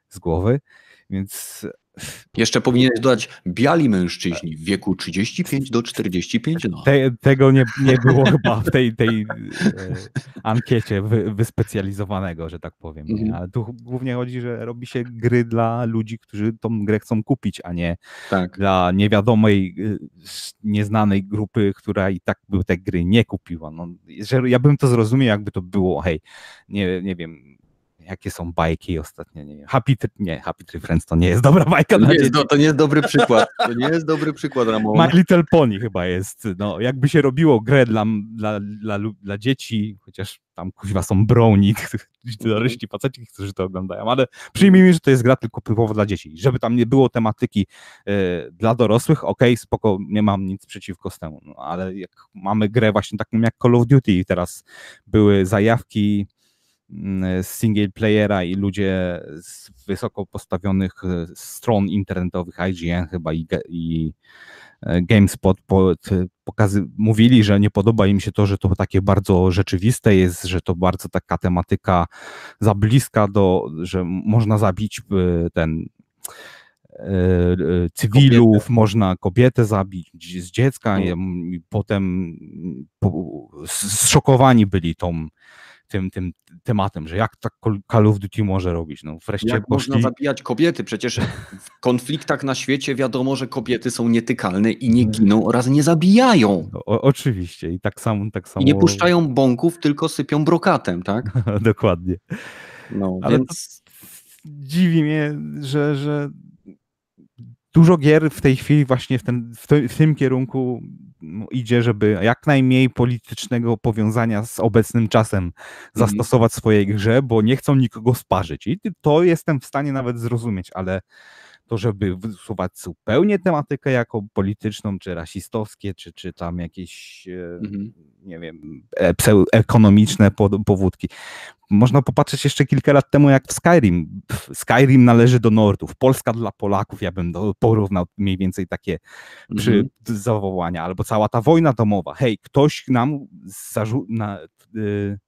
z głowy, więc... Jeszcze powinieneś dodać biali mężczyźni w wieku trzydzieści pięć do czterdziestu pięciu lat. Te, tego nie, nie było chyba w tej, tej e, ankiecie wy, wyspecjalizowanego, że tak powiem. Nie? Mhm. Ale tu głównie chodzi, że robi się gry dla ludzi, którzy tą grę chcą kupić, a nie Tak. dla niewiadomej, nieznanej grupy, która i tak by te gry nie kupiła. No, że ja bym to zrozumiał, jakby to było, hej, nie, nie wiem, jakie są bajki ostatnio, nie Happy, nie, Happy Tree Friends to nie jest dobra bajka To dla nie, jest, dzieci. do, to nie jest dobry przykład. To nie jest dobry przykład, Ramon. My Little Pony chyba jest. No, jakby się robiło grę dla, dla, dla, dla dzieci, chociaż tam kuźwa są browni, dorośli faceci, którzy to oglądają, ale przyjmijmy, że to jest gra tylko typowo dla dzieci. Żeby tam nie było tematyki y, dla dorosłych, okej, okay, spoko, nie mam nic przeciwko z temu, no, ale jak mamy grę właśnie taką jak Call of Duty i teraz były zajawki z single playera i ludzie z wysoko postawionych stron internetowych, I G N chyba i, i GameSpot po, pokazy, mówili, że nie podoba im się to, że to takie bardzo rzeczywiste jest, że to bardzo taka tematyka za bliska do, że można zabić ten cywilów, kobietę. Można kobietę zabić z dziecka hmm. i potem po, zszokowani byli tą Tym, tym tematem, że jak tak Call of Duty może robić. No wreszcie jak poszli... można zabijać kobiety? Przecież w konfliktach na świecie wiadomo, że kobiety są nietykalne i nie giną oraz nie zabijają. O, oczywiście i tak samo, tak samo... I nie puszczają bąków, tylko sypią brokatem, tak? Dokładnie. No, ale więc... dziwi mnie, że, że dużo gier w tej chwili właśnie w, ten, w, to, w tym kierunku no, idzie, żeby jak najmniej politycznego powiązania z obecnym czasem zastosować w swojej grze, bo nie chcą nikogo sparzyć. I to jestem w stanie nawet zrozumieć, ale to, żeby wysuwać zupełnie tematykę jako polityczną, czy rasistowskie, czy, czy tam jakieś, mhm. nie wiem, ekonomiczne powódki. Można popatrzeć jeszcze kilka lat temu, jak w Skyrim. Skyrim należy do Nordów. Polska dla Polaków, ja bym porównał mniej więcej takie przy mhm. zawołania. Albo cała ta wojna domowa. Hej, ktoś nam zarzu- na, y-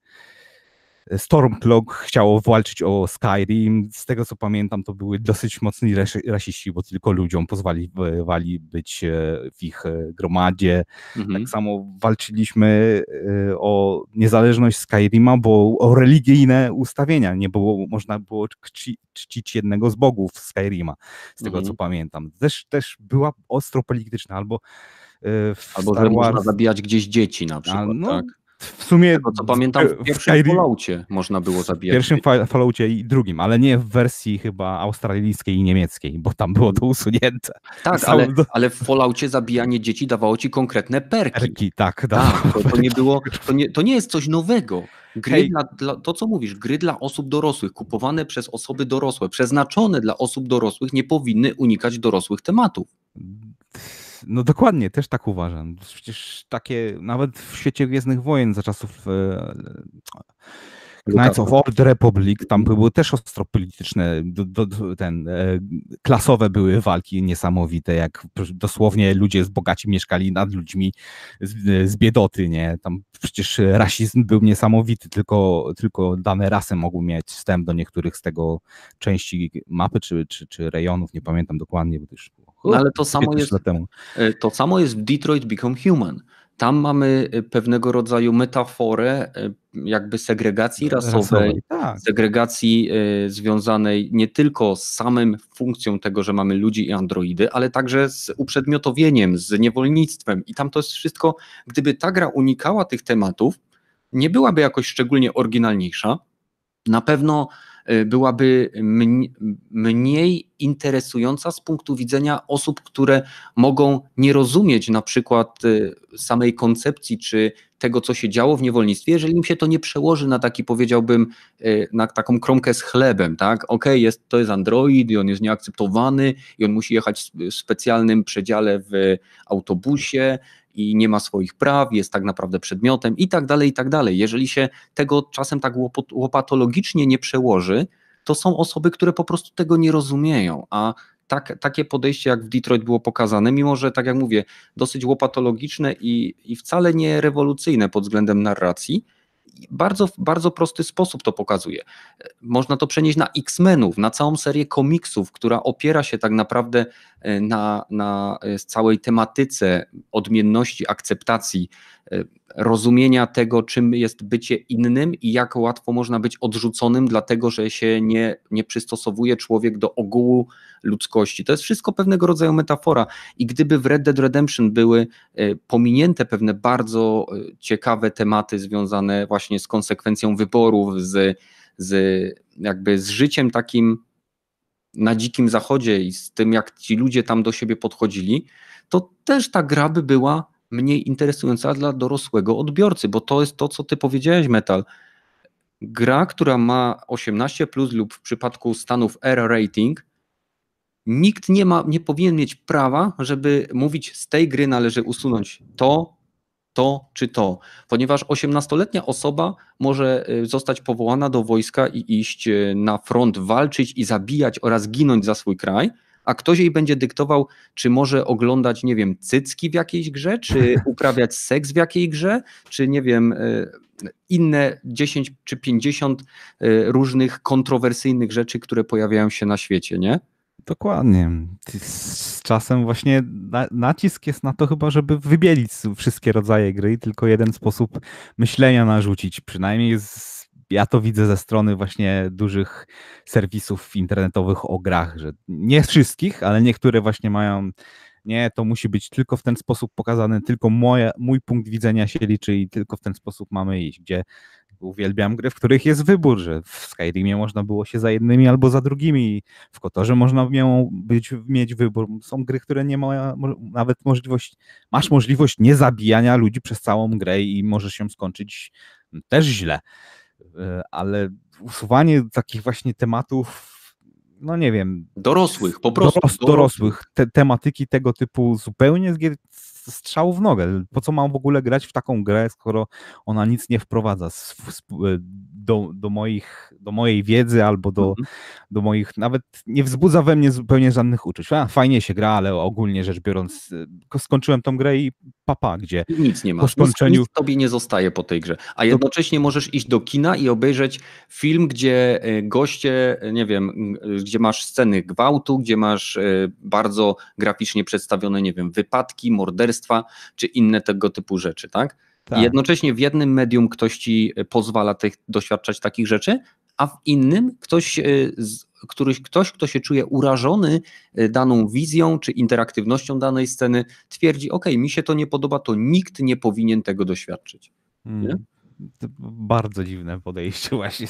Stormcloak chciało walczyć o Skyrim. Z tego co pamiętam, to były dosyć mocni rasiści, bo tylko ludziom pozwalali być w ich gromadzie. Mhm. Tak samo walczyliśmy o niezależność Skyrima, bo o religijne ustawienia. Nie było, można było czci, czcić jednego z bogów Skyrima, z tego mhm. co pamiętam. Też, też była ostro polityczna, albo w Albo Star że Wars... można zabijać gdzieś dzieci na przykład, A, no, tak? W sumie, tego co pamiętam, w pierwszym w Falloutie można było zabijać. W pierwszym dzieci. Falloutie i drugim, ale nie w wersji chyba australijskiej i niemieckiej, bo tam było to usunięte. Tak, ale, ale w Falloutie zabijanie dzieci dawało ci konkretne perki. Perki, tak. tak to, to, nie było, to, nie, to nie jest coś nowego. Gry Hej. dla, dla, to co mówisz, gry dla osób dorosłych, kupowane przez osoby dorosłe, przeznaczone dla osób dorosłych, nie powinny unikać dorosłych tematów. No dokładnie, też tak uważam. Przecież takie, nawet w świecie Gwiezdnych Wojen za czasów e, Knights of Old Republic, tam były też ostro polityczne, do, do, ten, e, klasowe były walki niesamowite, jak dosłownie ludzie z bogaci mieszkali nad ludźmi z, z biedoty, nie? Tam przecież rasizm był niesamowity, tylko, tylko dane rasy mogły mieć wstęp do niektórych z tego części mapy, czy, czy, czy rejonów, nie pamiętam dokładnie, bo to już było. No ale to samo, jest, to samo jest w Detroit Become Human. Tam mamy pewnego rodzaju metaforę jakby segregacji rasowej, rasowej tak. segregacji związanej nie tylko z samym funkcją tego, że mamy ludzi i androidy, ale także z uprzedmiotowieniem, z niewolnictwem. I tam to jest wszystko, gdyby ta gra unikała tych tematów, nie byłaby jakoś szczególnie oryginalniejsza. Na pewno byłaby mniej interesująca z punktu widzenia osób, które mogą nie rozumieć na przykład samej koncepcji czy tego, co się działo w niewolnictwie, jeżeli im się to nie przełoży na taki, powiedziałbym, na taką kromkę z chlebem, tak? Okej, okay, jest, to jest android i on jest nieakceptowany i on musi jechać w specjalnym przedziale w autobusie i nie ma swoich praw, jest tak naprawdę przedmiotem i tak dalej, i tak dalej. Jeżeli się tego czasem tak łopatologicznie nie przełoży, to są osoby, które po prostu tego nie rozumieją, a tak, takie podejście jak w Detroit było pokazane, mimo że tak jak mówię, dosyć łopatologiczne i, i wcale nie rewolucyjne pod względem narracji, bardzo, w bardzo prosty sposób to pokazuje. Można to przenieść na X-Menów, na całą serię komiksów, która opiera się tak naprawdę na, na całej tematyce odmienności, akceptacji, rozumienia tego, czym jest bycie innym i jak łatwo można być odrzuconym, dlatego że się nie, nie przystosowuje człowiek do ogółu ludzkości. To jest wszystko pewnego rodzaju metafora i gdyby w Red Dead Redemption były pominięte pewne bardzo ciekawe tematy związane właśnie z konsekwencją wyborów, z, z jakby z życiem takim na dzikim zachodzie i z tym, jak ci ludzie tam do siebie podchodzili, to też ta gra by była mniej interesująca dla dorosłego odbiorcy, bo to jest to, co ty powiedziałeś, Metal. Gra, która ma osiemnaście plus lub w przypadku Stanów R rating, nikt nie ma, nie powinien mieć prawa, żeby mówić, z tej gry należy usunąć to, to czy to, ponieważ osiemnastoletnia osoba może zostać powołana do wojska i iść na front, walczyć i zabijać oraz ginąć za swój kraj, a ktoś jej będzie dyktował, czy może oglądać, nie wiem, cycki w jakiejś grze, czy uprawiać seks w jakiej grze, czy nie wiem, inne dziesięć czy pięćdziesiąt różnych kontrowersyjnych rzeczy, które pojawiają się na świecie, nie? Dokładnie. Z czasem właśnie nacisk jest na to chyba, żeby wybielić wszystkie rodzaje gry i tylko jeden sposób myślenia narzucić. Przynajmniej z, ja to widzę ze strony właśnie dużych serwisów internetowych o grach, że nie wszystkich, ale niektóre właśnie mają, nie, to musi być tylko w ten sposób pokazane, tylko moje, mój punkt widzenia się liczy i tylko w ten sposób mamy iść, gdzie uwielbiam gry, w których jest wybór, że w Skyrimie można było się za jednymi albo za drugimi, w Kotorze można miało być, mieć wybór. Są gry, które nie ma nawet możliwość, masz możliwość nie zabijania ludzi przez całą grę i możesz się skończyć też źle, ale usuwanie takich właśnie tematów, no nie wiem. Dorosłych, po prostu. Doros, dorosłych, te, tematyki tego typu zupełnie z gier strzał w nogę. Po co mam w ogóle grać w taką grę, skoro ona nic nie wprowadza do, do, moich, do mojej wiedzy albo do, mhm. do moich, nawet nie wzbudza we mnie zupełnie żadnych uczuć. A, fajnie się gra, ale ogólnie rzecz biorąc skończyłem tą grę i papa, gdzie I nic nie ma. Po skończeniu... Nic tobie nie zostaje po tej grze. A jednocześnie to... możesz iść do kina i obejrzeć film, gdzie goście, nie wiem, gdzie masz sceny gwałtu, gdzie masz bardzo graficznie przedstawione, nie wiem, wypadki, morderstwa, czy inne tego typu rzeczy, tak? Tak. I jednocześnie w jednym medium ktoś ci pozwala tych, doświadczać takich rzeczy, a w innym ktoś, któryś, ktoś, kto się czuje urażony daną wizją czy interaktywnością danej sceny, twierdzi, ok, mi się to nie podoba, to nikt nie powinien tego doświadczyć. Hmm. Nie? Bardzo dziwne podejście właśnie.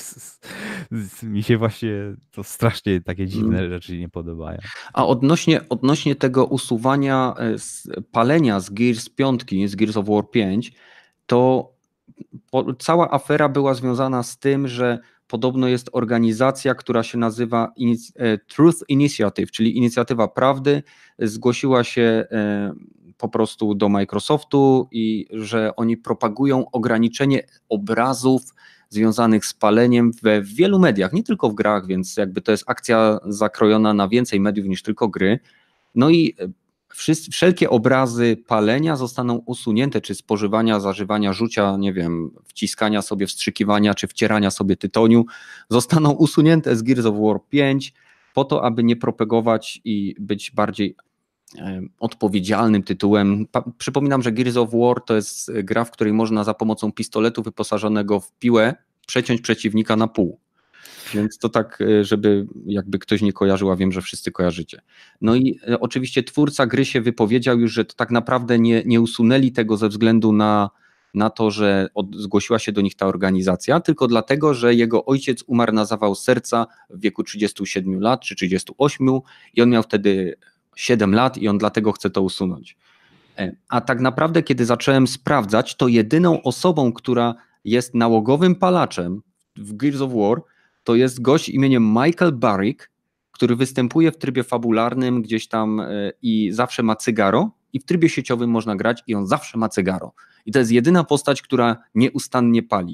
Mi się właśnie to strasznie takie dziwne hmm. rzeczy nie podobają. A odnośnie, odnośnie tego usuwania palenia z Gears pięć, z Gears of War pięć, to cała afera była związana z tym, że podobno jest organizacja, która się nazywa Truth Initiative, czyli Inicjatywa Prawdy, zgłosiła się po prostu do Microsoftu i że oni propagują ograniczenie obrazów związanych z paleniem we wielu mediach, nie tylko w grach, więc jakby to jest akcja zakrojona na więcej mediów niż tylko gry. No i wszelkie obrazy palenia zostaną usunięte, czy spożywania, zażywania, rzucia, nie wiem, wciskania sobie, wstrzykiwania, czy wcierania sobie tytoniu, zostaną usunięte z Gears of War pięć po to, aby nie propagować i być bardziej e, odpowiedzialnym tytułem. Pa, przypominam, że Gears of War to jest gra, w której można za pomocą pistoletu wyposażonego w piłę przeciąć przeciwnika na pół. Więc to tak, żeby jakby ktoś nie kojarzył, a wiem, że wszyscy kojarzycie. No i oczywiście twórca gry się wypowiedział już, że to tak naprawdę nie, nie usunęli tego ze względu na, na to, że od, zgłosiła się do nich ta organizacja, tylko dlatego, że jego ojciec umarł na zawał serca w wieku trzydziestu siedmiu lat czy trzydziestu ośmiu i on miał wtedy siedem lat i on dlatego chce to usunąć. A tak naprawdę, kiedy zacząłem sprawdzać, to jedyną osobą, która jest nałogowym palaczem w Gears of War, to jest gość imieniem Michael Barrick, który występuje w trybie fabularnym gdzieś tam i zawsze ma cygaro i w trybie sieciowym można grać i on zawsze ma cygaro. I to jest jedyna postać, która nieustannie pali.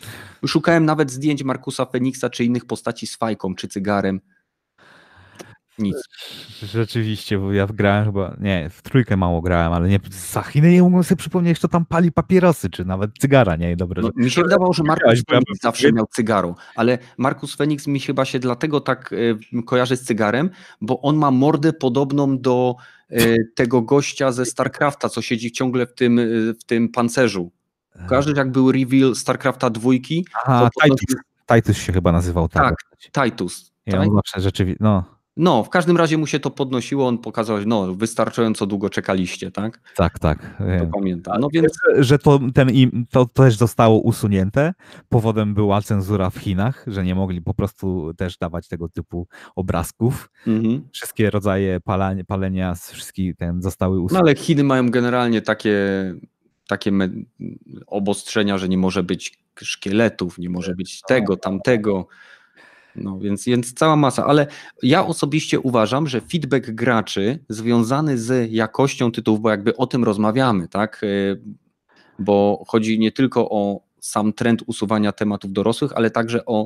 Szukałem nawet zdjęć Markusa Feniksa czy innych postaci z fajką czy cygarem. Nic. Rzeczywiście, bo ja grałem chyba, nie, w trójkę mało grałem, ale nie, za Chiny nie mogłem sobie przypomnieć, kto tam pali papierosy, czy nawet cygara, nie? Dobre, No, że... mi się wydawało, że Marcus bo ja Phoenix bym- zawsze miał cygaro, ale Marcus Phoenix mi chyba się dlatego tak e, kojarzy z cygarem, bo on ma mordę podobną do e, tego gościa ze StarCrafta, co siedzi ciągle w tym, e, w tym pancerzu. Kojarzysz, jak był reveal StarCrafta dwójki? Aha, Titus, Titus się chyba nazywał, tak. Tak, Titus. I on zawsze rzeczywiście, no. No, w każdym razie mu się to podnosiło, on pokazał, no wystarczająco długo czekaliście, tak? Tak, tak. To pamiętam. No więc... Że to, ten, im- to też zostało usunięte. Powodem była cenzura w Chinach, że nie mogli po prostu też dawać tego typu obrazków. Mhm. Wszystkie rodzaje palania, palenia z wszystkich ten zostały No usunięte. ale Chiny mają generalnie takie, takie me- obostrzenia, że nie może być szkieletów, nie może być tego, tamtego. No więc, więc cała masa, ale ja osobiście uważam, że feedback graczy związany z jakością tytułów, bo jakby o tym rozmawiamy, tak? Y, Bo chodzi nie tylko o sam trend usuwania tematów dorosłych, ale także o,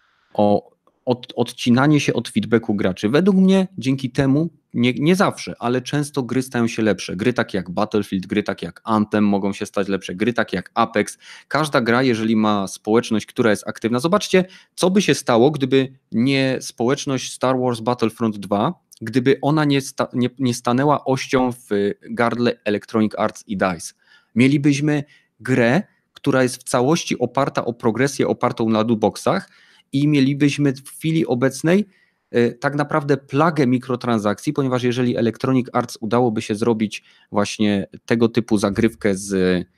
o od, odcinanie się od feedbacku graczy. Według mnie dzięki temu, nie, nie zawsze, ale często gry stają się lepsze. Gry takie jak Battlefield, gry takie jak Anthem mogą się stać lepsze, gry takie jak Apex. Każda gra, jeżeli ma społeczność, która jest aktywna, zobaczcie, co by się stało, gdyby nie społeczność Star Wars Battlefront dwa, gdyby ona nie, sta, nie, nie stanęła ością w gardle Electronic Arts i DICE. Mielibyśmy grę, która jest w całości oparta o progresję, opartą na lootboxach, i mielibyśmy w chwili obecnej tak naprawdę plagę mikrotransakcji, ponieważ jeżeli Electronic Arts udałoby się zrobić właśnie tego typu zagrywkę z,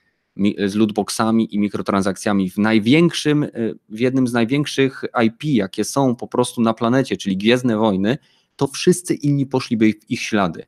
z lootboxami i mikrotransakcjami w największym, w jednym z największych I P, jakie są po prostu na planecie, czyli Gwiezdne Wojny, to wszyscy inni poszliby w ich ślady.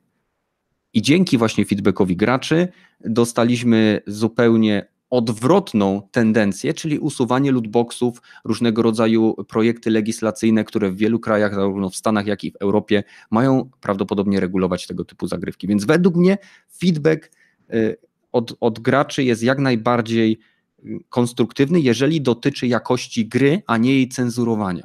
I dzięki właśnie feedbackowi graczy dostaliśmy zupełnie odwrotną tendencję, czyli usuwanie lootboxów, różnego rodzaju projekty legislacyjne, które w wielu krajach, zarówno w Stanach, jak i w Europie, mają prawdopodobnie regulować tego typu zagrywki. Więc według mnie feedback od, od graczy jest jak najbardziej konstruktywny, jeżeli dotyczy jakości gry, a nie jej cenzurowania.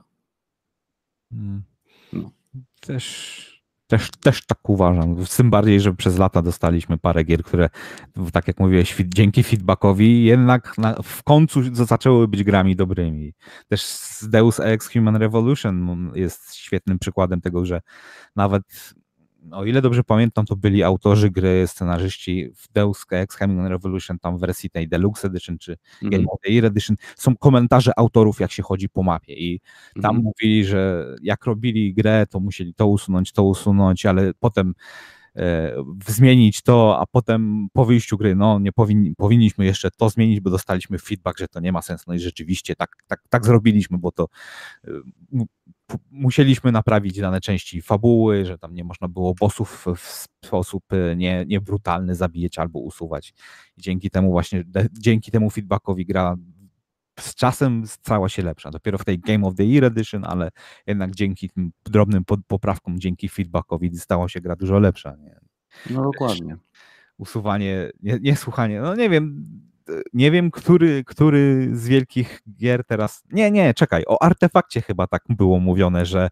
No. Też... Też, też tak uważam. Tym bardziej, że przez lata dostaliśmy parę gier, które, tak jak mówiłeś, dzięki feedbackowi jednak na, w końcu zaczęły być grami dobrymi. Też Deus Ex Human Revolution jest świetnym przykładem tego, że nawet, o ile dobrze pamiętam, to byli autorzy gry, scenarzyści w Deus Ex Human Revolution, tam w wersji tej Deluxe Edition czy mm. Game of the Year Edition, są komentarze autorów, jak się chodzi po mapie i tam mm. mówili, że jak robili grę, to musieli to usunąć, to usunąć, ale potem e, zmienić to, a potem po wyjściu gry, no nie powinni, powinniśmy jeszcze to zmienić, bo dostaliśmy feedback, że to nie ma sensu, no i rzeczywiście tak, tak, tak zrobiliśmy, bo to e, musieliśmy naprawić dane części fabuły, że tam nie można było bossów w sposób nie, nie brutalny zabijać albo usuwać. I dzięki temu właśnie, dzięki temu feedbackowi gra z czasem stała się lepsza. Dopiero w tej Game of the Year Edition, ale jednak dzięki tym drobnym poprawkom, dzięki feedbackowi stała się gra dużo lepsza. Nie? No dokładnie. Usuwanie, nie, nie słuchanie, no nie wiem, nie wiem, który, który z wielkich gier teraz... Nie, nie, czekaj, o Artefakcie chyba tak było mówione, że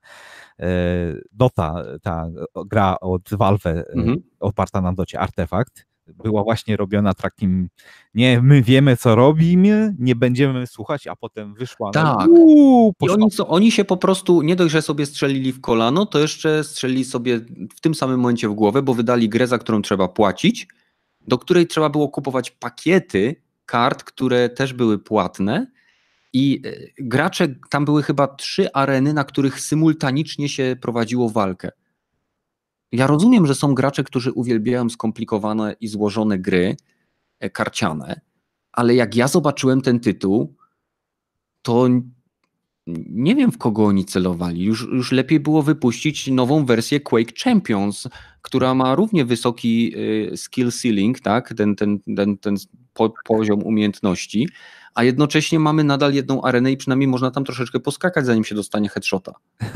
Dota, ta gra od Valve mhm. oparta na Docie, Artefakt, była właśnie robiona takim, nie, my wiemy, co robimy, nie będziemy słuchać, a potem wyszła... Tak. No, uu, I oni, co, oni się po prostu, nie dość, że sobie strzelili w kolano, to jeszcze strzelili sobie w tym samym momencie w głowę, bo wydali grę, za którą trzeba płacić, do której trzeba było kupować pakiety kart, które też były płatne i gracze, tam były chyba trzy areny, na których symultanicznie się prowadziło walkę. Ja rozumiem, że są gracze, którzy uwielbiają skomplikowane i złożone gry karciane, ale jak ja zobaczyłem ten tytuł, to nie wiem, w kogo oni celowali. Już, już lepiej było wypuścić nową wersję Quake Champions, która ma równie wysoki skill ceiling, tak? ten, ten, ten, ten poziom umiejętności, a jednocześnie mamy nadal jedną arenę i przynajmniej można tam troszeczkę poskakać, zanim się dostanie headshota.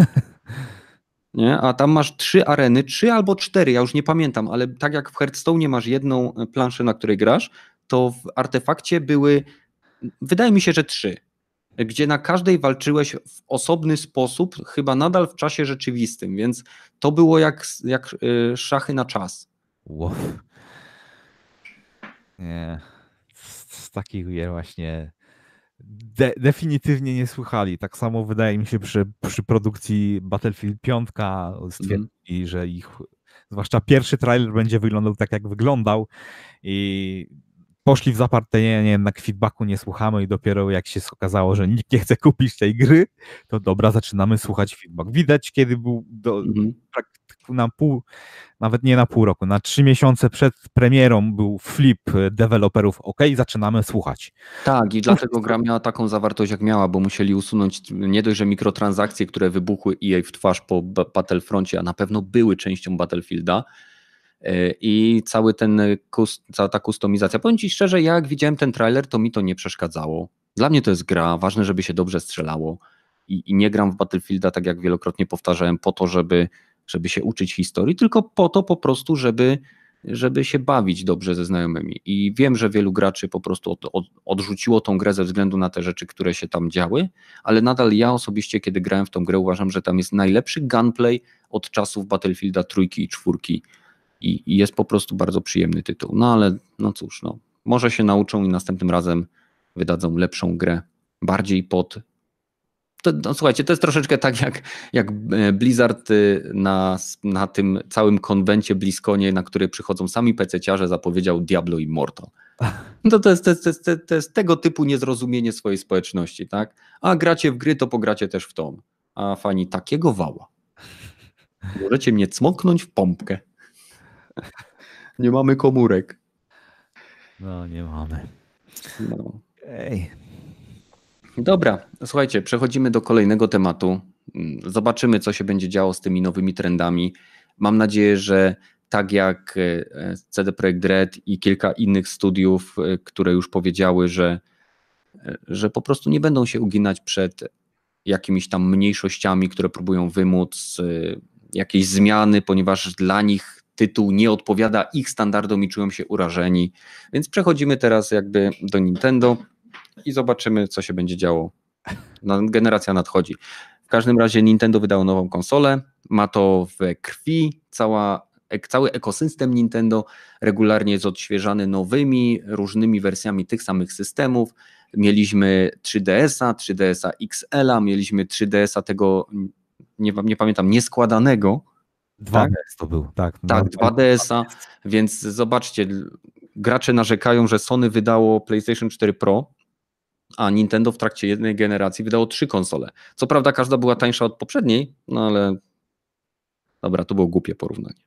Nie? A tam masz trzy areny, trzy albo cztery, ja już nie pamiętam, ale tak jak w Hearthstone masz jedną planszę, na której grasz, to w Artefakcie były, wydaje mi się, że trzy. gdzie na każdej walczyłeś w osobny sposób, chyba nadal w czasie rzeczywistym, więc to było jak, jak szachy na czas. Wow. Nie, z, z takich gier właśnie de, definitywnie nie słuchali. Tak samo wydaje mi się przy, przy produkcji Battlefield pięć stwierdzili, mm. że ich, zwłaszcza pierwszy trailer będzie wyglądał tak, jak wyglądał i poszli w zaparte, nie, nie, jednak feedbacku nie słuchamy i dopiero jak się okazało, że nikt nie chce kupić tej gry, to dobra, zaczynamy słuchać feedback. Widać, kiedy był do, mm. na pół, nawet nie na pół roku, na trzy miesiące przed premierą był flip deweloperów, ok, zaczynamy słuchać. Tak, i dlatego gra miała taką zawartość, jak miała, bo musieli usunąć nie dość, że mikrotransakcje, które wybuchły E A w twarz po Battlefroncie, a na pewno były częścią Battlefielda, i cały ten, cała ta kustomizacja. Powiem Ci szczerze, jak widziałem ten trailer, to mi to nie przeszkadzało. Dla mnie to jest gra, ważne, żeby się dobrze strzelało i, i nie gram w Battlefielda, tak jak wielokrotnie powtarzałem, po to, żeby, żeby się uczyć historii, tylko po to po prostu, żeby, żeby się bawić dobrze ze znajomymi. I wiem, że wielu graczy po prostu od, od, odrzuciło tą grę ze względu na te rzeczy, które się tam działy, ale nadal ja osobiście, kiedy grałem w tą grę, uważam, że tam jest najlepszy gunplay od czasów Battlefielda trójki i czwórki. I, I jest po prostu bardzo przyjemny tytuł. No ale no cóż, no, może się nauczą i następnym razem wydadzą lepszą grę, bardziej pod... To, no, słuchajcie, to jest troszeczkę tak jak, jak Blizzard na, na tym całym konwencie BlizzConie, na który przychodzą sami pececiarze, zapowiedział Diablo Immortal. No to, jest, to, jest, to, jest, to jest tego typu niezrozumienie swojej społeczności, tak? A gracie w gry, to pogracie też w tą. A fani takiego wała. Możecie mnie cmoknąć w pompkę. Nie mamy komórek. No, nie mamy. No. Ej. Dobra, słuchajcie, przechodzimy do kolejnego tematu. Zobaczymy, co się będzie działo z tymi nowymi trendami. Mam nadzieję, że tak jak C D Projekt Red i kilka innych studiów, które już powiedziały, że, że po prostu nie będą się uginać przed jakimiś tam mniejszościami, które próbują wymóc jakiejś zmiany, ponieważ dla nich tytuł nie odpowiada ich standardom i czują się urażeni. Więc przechodzimy teraz jakby do Nintendo i zobaczymy, co się będzie działo. Generacja nadchodzi. W każdym razie Nintendo wydało nową konsolę, ma to we krwi, cała, cały ekosystem Nintendo regularnie jest odświeżany nowymi, różnymi wersjami tych samych systemów. Mieliśmy trzy D S a, trzy D S a X L a, mieliśmy trzy D S a tego, nie, nie pamiętam, nieskładanego. dwa D S tak? To był, tak. Tak, dwa D S a, więc zobaczcie, gracze narzekają, że Sony wydało PlayStation cztery Pro, a Nintendo w trakcie jednej generacji wydało trzy konsole. Co prawda każda była tańsza od poprzedniej, no ale dobra, to było głupie porównanie.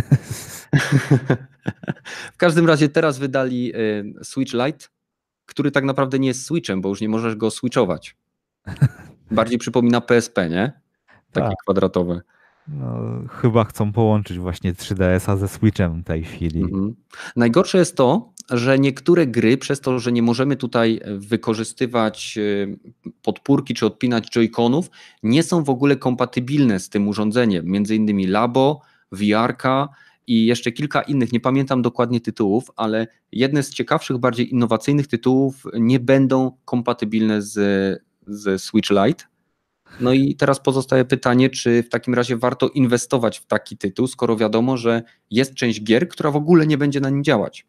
W każdym razie teraz wydali Switch Lite, który tak naprawdę nie jest Switchem, bo już nie możesz go switchować. Bardziej przypomina P S P, nie? Takie tak. kwadratowe. No, chyba chcą połączyć właśnie trzy D S a ze Switchem w tej chwili. Mhm. Najgorsze jest to, że niektóre gry, przez to, że nie możemy tutaj wykorzystywać podpórki czy odpinać joyconów, nie są w ogóle kompatybilne z tym urządzeniem. Między innymi Labo, V R-ka i jeszcze kilka innych, nie pamiętam dokładnie tytułów, ale jedne z ciekawszych, bardziej innowacyjnych tytułów nie będą kompatybilne z, z Switch Lite. No i teraz pozostaje pytanie, czy w takim razie warto inwestować w taki tytuł, skoro wiadomo, że jest część gier, która w ogóle nie będzie na nim działać.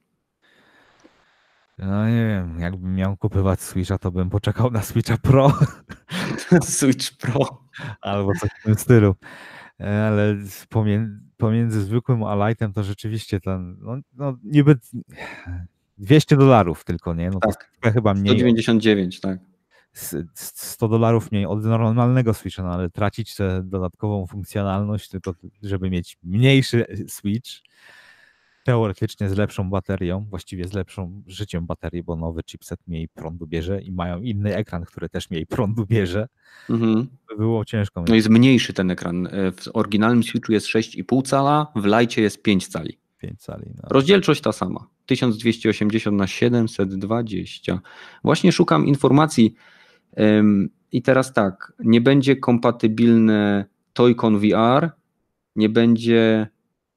No nie wiem, jakbym miał kupować Switcha, to bym poczekał na Switcha Pro. Switch Pro. Albo coś w tym stylu. Ale pomiędzy, pomiędzy zwykłym a Lite'em to rzeczywiście ten, no, no niby dwieście dolarów tylko, nie? No tak, to chyba mniej. sto dziewięćdziesiąt dziewięć, tak. sto dolarów mniej od normalnego Switcha, no ale tracić tę dodatkową funkcjonalność, tylko żeby mieć mniejszy Switch, teoretycznie z lepszą baterią, właściwie z lepszym życiem baterii, bo nowy chipset mniej prądu bierze i mają inny ekran, który też mniej prądu bierze. Mhm. By było ciężko. No jest mniejszy ten ekran. W oryginalnym Switchu jest sześć i pół cala, w Lite jest pięć cali. pięć cali. No. Rozdzielczość ta sama. tysiąc dwieście osiemdziesiąt na siedemset dwadzieścia. Właśnie szukam informacji ym, i teraz tak, nie będzie kompatybilne Toy-Con V R, nie będzie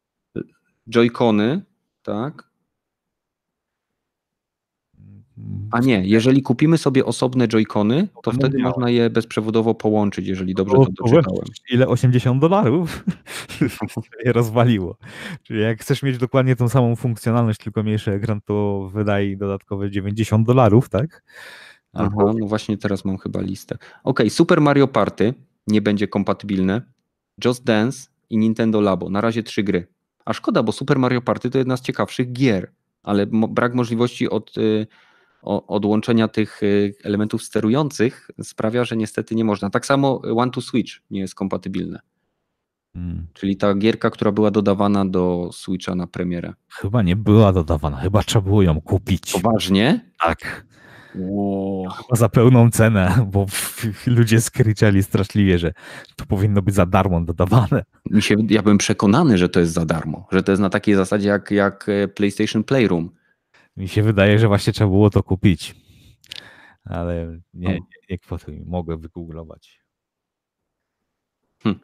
Joy-Cony, tak? A nie, jeżeli kupimy sobie osobne joycony, to będą wtedy działać. można je bezprzewodowo połączyć, jeżeli dobrze O, to powiem doczytałem. ci, ile osiemdziesiąt dolarów je rozwaliło. Czyli jak chcesz mieć dokładnie tą samą funkcjonalność, tylko mniejszy ekran, to wydaj dodatkowe dziewięćdziesiąt dolarów, tak? Albo Aha, no właśnie teraz mam chyba listę. Okej, Super Mario Party nie będzie kompatybilne, Just Dance i Nintendo Labo. Na razie trzy gry. A szkoda, bo Super Mario Party to jedna z ciekawszych gier, ale mo- brak możliwości od, y, o- odłączenia tych y, elementów sterujących sprawia, że niestety nie można. Tak samo One to Switch nie jest kompatybilne, Hmm, czyli ta gierka, która była dodawana do Switcha na premierę. chyba nie była dodawana, chyba trzeba było ją kupić. Poważnie? Tak. Wow. Chyba za pełną cenę, bo ludzie skrzyczeli straszliwie, że to powinno być za darmo dodawane. Mi się, ja byłem przekonany, że to jest za darmo, że to jest na takiej zasadzie jak, jak e, PlayStation Playroom. Mi się wydaje, że właśnie trzeba było to kupić. Ale nie, No. nie, nie kwotuj, mogę wygooglować. Hm.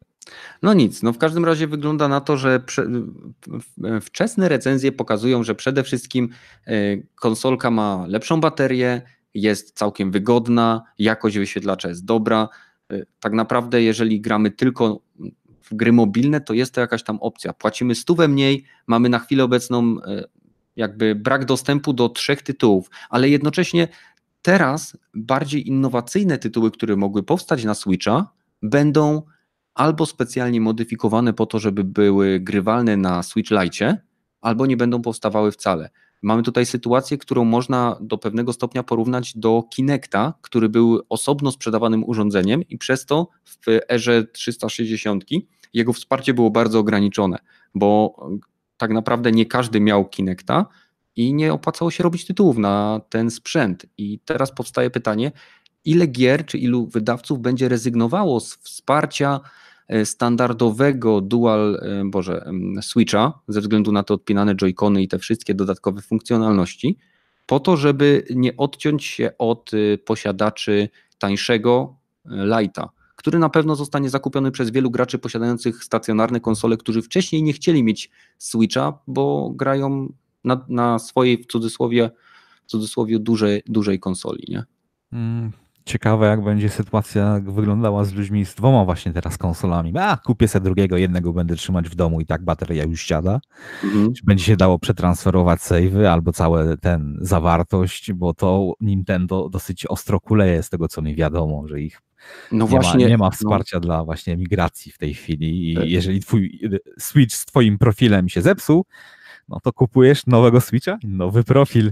No nic, no w każdym razie wygląda na to, że prze, w- wczesne recenzje pokazują, że przede wszystkim e, konsolka ma lepszą baterię, jest całkiem wygodna, jakość wyświetlacza jest dobra. E, Tak naprawdę jeżeli gramy tylko w gry mobilne, to jest to jakaś tam opcja. Płacimy stówę mniej, mamy na chwilę obecną e, jakby brak dostępu do trzech tytułów, ale jednocześnie teraz bardziej innowacyjne tytuły, które mogły powstać na Switcha, będą albo specjalnie modyfikowane po to, żeby były grywalne na Switch Lite, albo nie będą powstawały wcale. Mamy tutaj sytuację, którą można do pewnego stopnia porównać do Kinecta, który był osobno sprzedawanym urządzeniem i przez to w erze trzysta sześćdziesiąt jego wsparcie było bardzo ograniczone, bo tak naprawdę nie każdy miał Kinecta i nie opłacało się robić tytułów na ten sprzęt. I teraz powstaje pytanie, ile gier czy ilu wydawców będzie rezygnowało z wsparcia standardowego dual, boże, Switcha, ze względu na te odpinane joycony i te wszystkie dodatkowe funkcjonalności, po to, żeby nie odciąć się od posiadaczy tańszego Lite'a, który na pewno zostanie zakupiony przez wielu graczy posiadających stacjonarne konsole, którzy wcześniej nie chcieli mieć Switcha, bo grają na, na swojej w cudzysłowie, w cudzysłowie dużej, dużej konsoli, nie? Mm, Ciekawe, jak będzie sytuacja wyglądała z ludźmi z dwoma właśnie teraz konsolami. A, kupię sobie drugiego, jednego będę trzymać w domu i tak bateria już siada. Mhm. Czy będzie się dało przetransferować save'y albo całe ten zawartość, bo to Nintendo dosyć ostro kuleje z tego, co mi wiadomo, że ich No nie, właśnie, ma, nie ma no, wsparcia dla właśnie migracji w tej chwili Tak. i jeżeli twój Switch z twoim profilem się zepsuł, no to kupujesz nowego Switcha, nowy profil.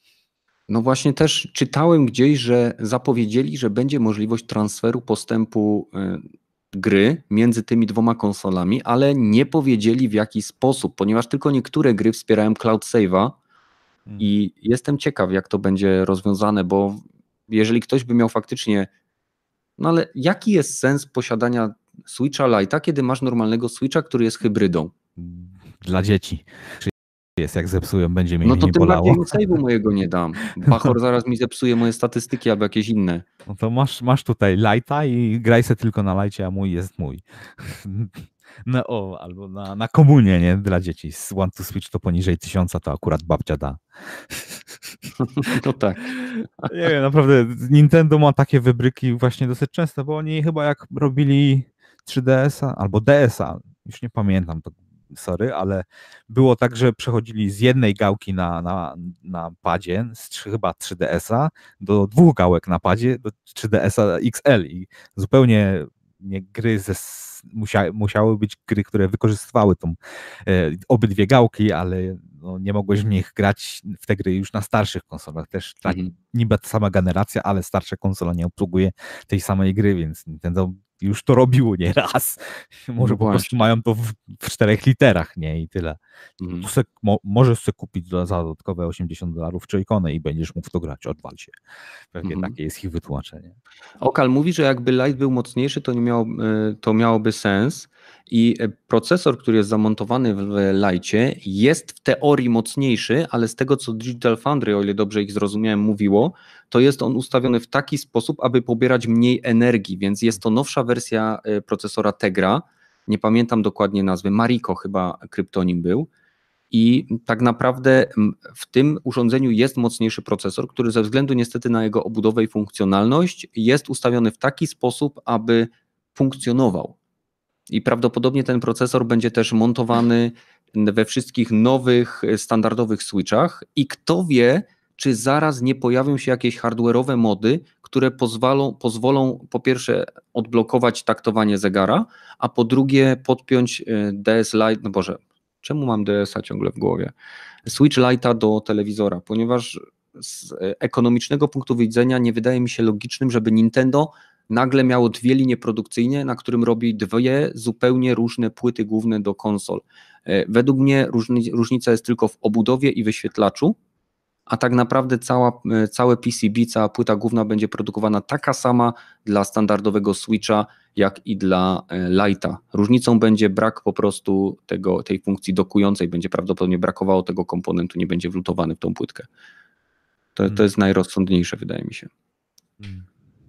no właśnie też czytałem gdzieś, że zapowiedzieli, że będzie możliwość transferu postępu y, gry między tymi dwoma konsolami, ale nie powiedzieli w jaki sposób, ponieważ tylko niektóre gry wspierają cloud save'a i jestem ciekaw, jak to będzie rozwiązane, bo jeżeli ktoś by miał faktycznie, no ale jaki jest sens posiadania Switcha Lite'a, kiedy masz normalnego Switcha, który jest hybrydą? Dla dzieci. Jest, jak zepsują, będzie mnie No to nie tym bolało. bardziej save'u mojego nie dam. Bachor zaraz mi zepsuje moje statystyki albo jakieś inne. No to masz, masz tutaj Lite'a i graj se tylko na Lite'cie, a mój jest mój. No o, albo na, na komunię, nie? Dla dzieci. Z One to Switch to poniżej tysiąca, to akurat babcia da. No tak. Nie wiem, naprawdę Nintendo ma takie wybryki właśnie dosyć często, bo oni chyba jak robili trzy D S a albo D S a, już nie pamiętam, to sorry, ale było tak, że przechodzili z jednej gałki na, na, na padzie, z trzy, chyba trzy D S a, do dwóch gałek na padzie, do trzy D S a X L i zupełnie nie gry ze, musia, musiały być gry, które wykorzystywały tą e, obydwie gałki, ale no, nie mogłeś w nich grać w te gry już na starszych konsolach. Też ta, Mhm. niby ta sama generacja, ale starsza konsola nie obsługuje tej samej gry, więc Nintendo już to robiło nie raz. Może No po prostu właśnie. mają to w, w czterech literach, nie? I tyle. Mhm. Tu se, mo, możesz sobie kupić za, za dodatkowe osiemdziesiąt dolarów joycony i będziesz mógł w to grać, odwal się. Pewnie Mhm. takie jest ich wytłumaczenie. Okal mówi, że jakby Lite był mocniejszy, to, nie miało, to miałoby sens i procesor, który jest zamontowany w Lite, jest w teorii mocniejszy, ale z tego, co Digital Foundry, o ile dobrze ich zrozumiałem, mówiło, to jest on ustawiony w taki sposób, aby pobierać mniej energii, więc jest to nowsza wersja procesora Tegra, nie pamiętam dokładnie nazwy, Mariko chyba kryptonim był, I tak naprawdę w tym urządzeniu jest mocniejszy procesor, który ze względu niestety na jego obudowę i funkcjonalność jest ustawiony w taki sposób, aby funkcjonował. I prawdopodobnie ten procesor będzie też montowany we wszystkich nowych, standardowych switchach i kto wie, czy zaraz nie pojawią się jakieś hardware'owe mody, które pozwolą, pozwolą po pierwsze odblokować taktowanie zegara, a po drugie podpiąć D S Lite, no Boże, czemu mam D S a ciągle w głowie? Switch Lite'a do telewizora, ponieważ z ekonomicznego punktu widzenia nie wydaje mi się logicznym, żeby Nintendo nagle miało dwie linie produkcyjne, na którym robi dwie zupełnie różne płyty główne do konsol. Według mnie różni, różnica jest tylko w obudowie i wyświetlaczu, a tak naprawdę cała, całe P C B, cała płyta główna będzie produkowana taka sama dla standardowego Switcha, jak i dla Lite'a. Różnicą będzie brak po prostu tego, tej funkcji dokującej, będzie prawdopodobnie brakowało tego komponentu, nie będzie wlutowany w tą płytkę. To, hmm. to jest najrozsądniejsze, wydaje mi się. Hmm.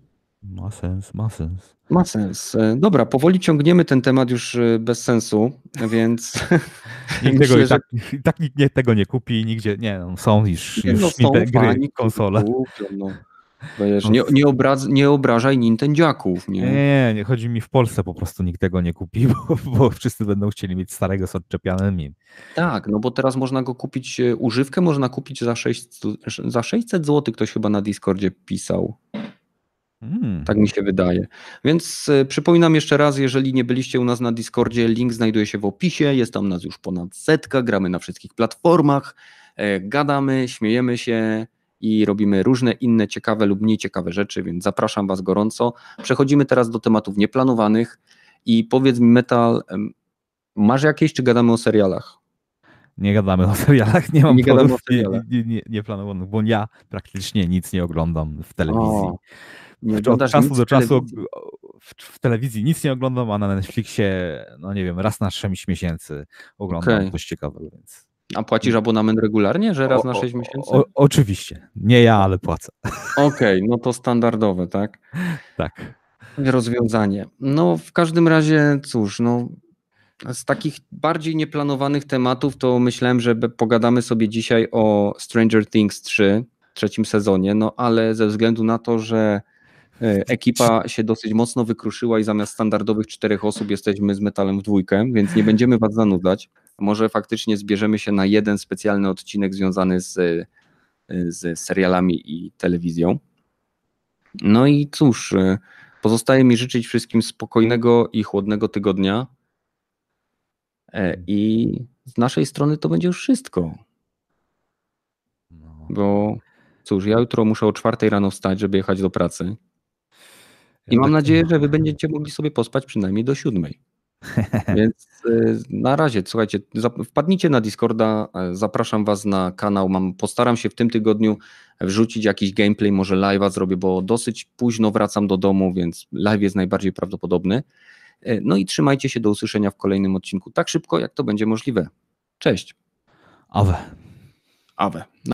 Ma sens, ma sens. Ma sens. Dobra, powoli ciągniemy ten temat już bez sensu, więc... Nikt myślę, tego, że... i, tak, i tak nikt nie, tego nie kupi, nigdzie, nie, no, są już, już no, są te gry, fani, konsole. Kupią, no. Wiesz, nie, nie, obraz, nie obrażaj Nintendziaków, nie? Nie, nie, nie, chodzi mi w Polsce po prostu nikt tego nie kupi, bo, bo wszyscy będą chcieli mieć starego z odczepianymi. Tak, no bo teraz można go kupić, używkę można kupić za, sześćset, za sześćset złotych, ktoś chyba na Discordzie pisał. Hmm. Tak mi się wydaje. Więc y, przypominam jeszcze raz, jeżeli nie byliście u nas na Discordzie, link znajduje się w opisie, jest tam nas już ponad setka, gramy na wszystkich platformach, e, gadamy, śmiejemy się i robimy różne inne ciekawe lub mniej ciekawe rzeczy, więc zapraszam Was gorąco. Przechodzimy teraz do tematów nieplanowanych i powiedz mi, Metal, masz jakieś, czy gadamy o serialach? Nie gadamy o serialach, nie mam nie gadamy o serialach. Nie, nie, nie planowanych, bo ja praktycznie nic nie oglądam w telewizji. O. Nie Od czasu do czasu w, w telewizji nic nie oglądam, a na Netflixie, no nie wiem, raz na sześć miesięcy oglądam okay. coś ciekawego. Więc... A płacisz abonament regularnie, że raz o, na sześć miesięcy? O, oczywiście. Nie ja, ale płacę. Okej, okay, no to standardowe, tak? Tak. Rozwiązanie. No w każdym razie, cóż, no z takich bardziej nieplanowanych tematów to myślałem, że pogadamy sobie dzisiaj o Stranger Things trzy, trzecim sezonie, no ale ze względu na to, że ekipa się dosyć mocno wykruszyła i zamiast standardowych czterech osób jesteśmy z Metalem w dwójkę, więc nie będziemy Was zanudzać. Może faktycznie zbierzemy się na jeden specjalny odcinek związany z, z serialami i telewizją. No i cóż, pozostaje mi życzyć wszystkim spokojnego i chłodnego tygodnia i z naszej strony to będzie już wszystko. Bo cóż, ja jutro muszę o czwartej rano wstać, żeby jechać do pracy. I mam nadzieję, że wy będziecie mogli sobie pospać przynajmniej do siódmej. Więc na razie, słuchajcie, wpadnijcie na Discorda, zapraszam was na kanał, mam, postaram się w tym tygodniu wrzucić jakiś gameplay, może live'a zrobię, bo dosyć późno wracam do domu, więc live jest najbardziej prawdopodobny. No i trzymajcie się, do usłyszenia w kolejnym odcinku tak szybko, jak to będzie możliwe. Cześć. Awe. Awe.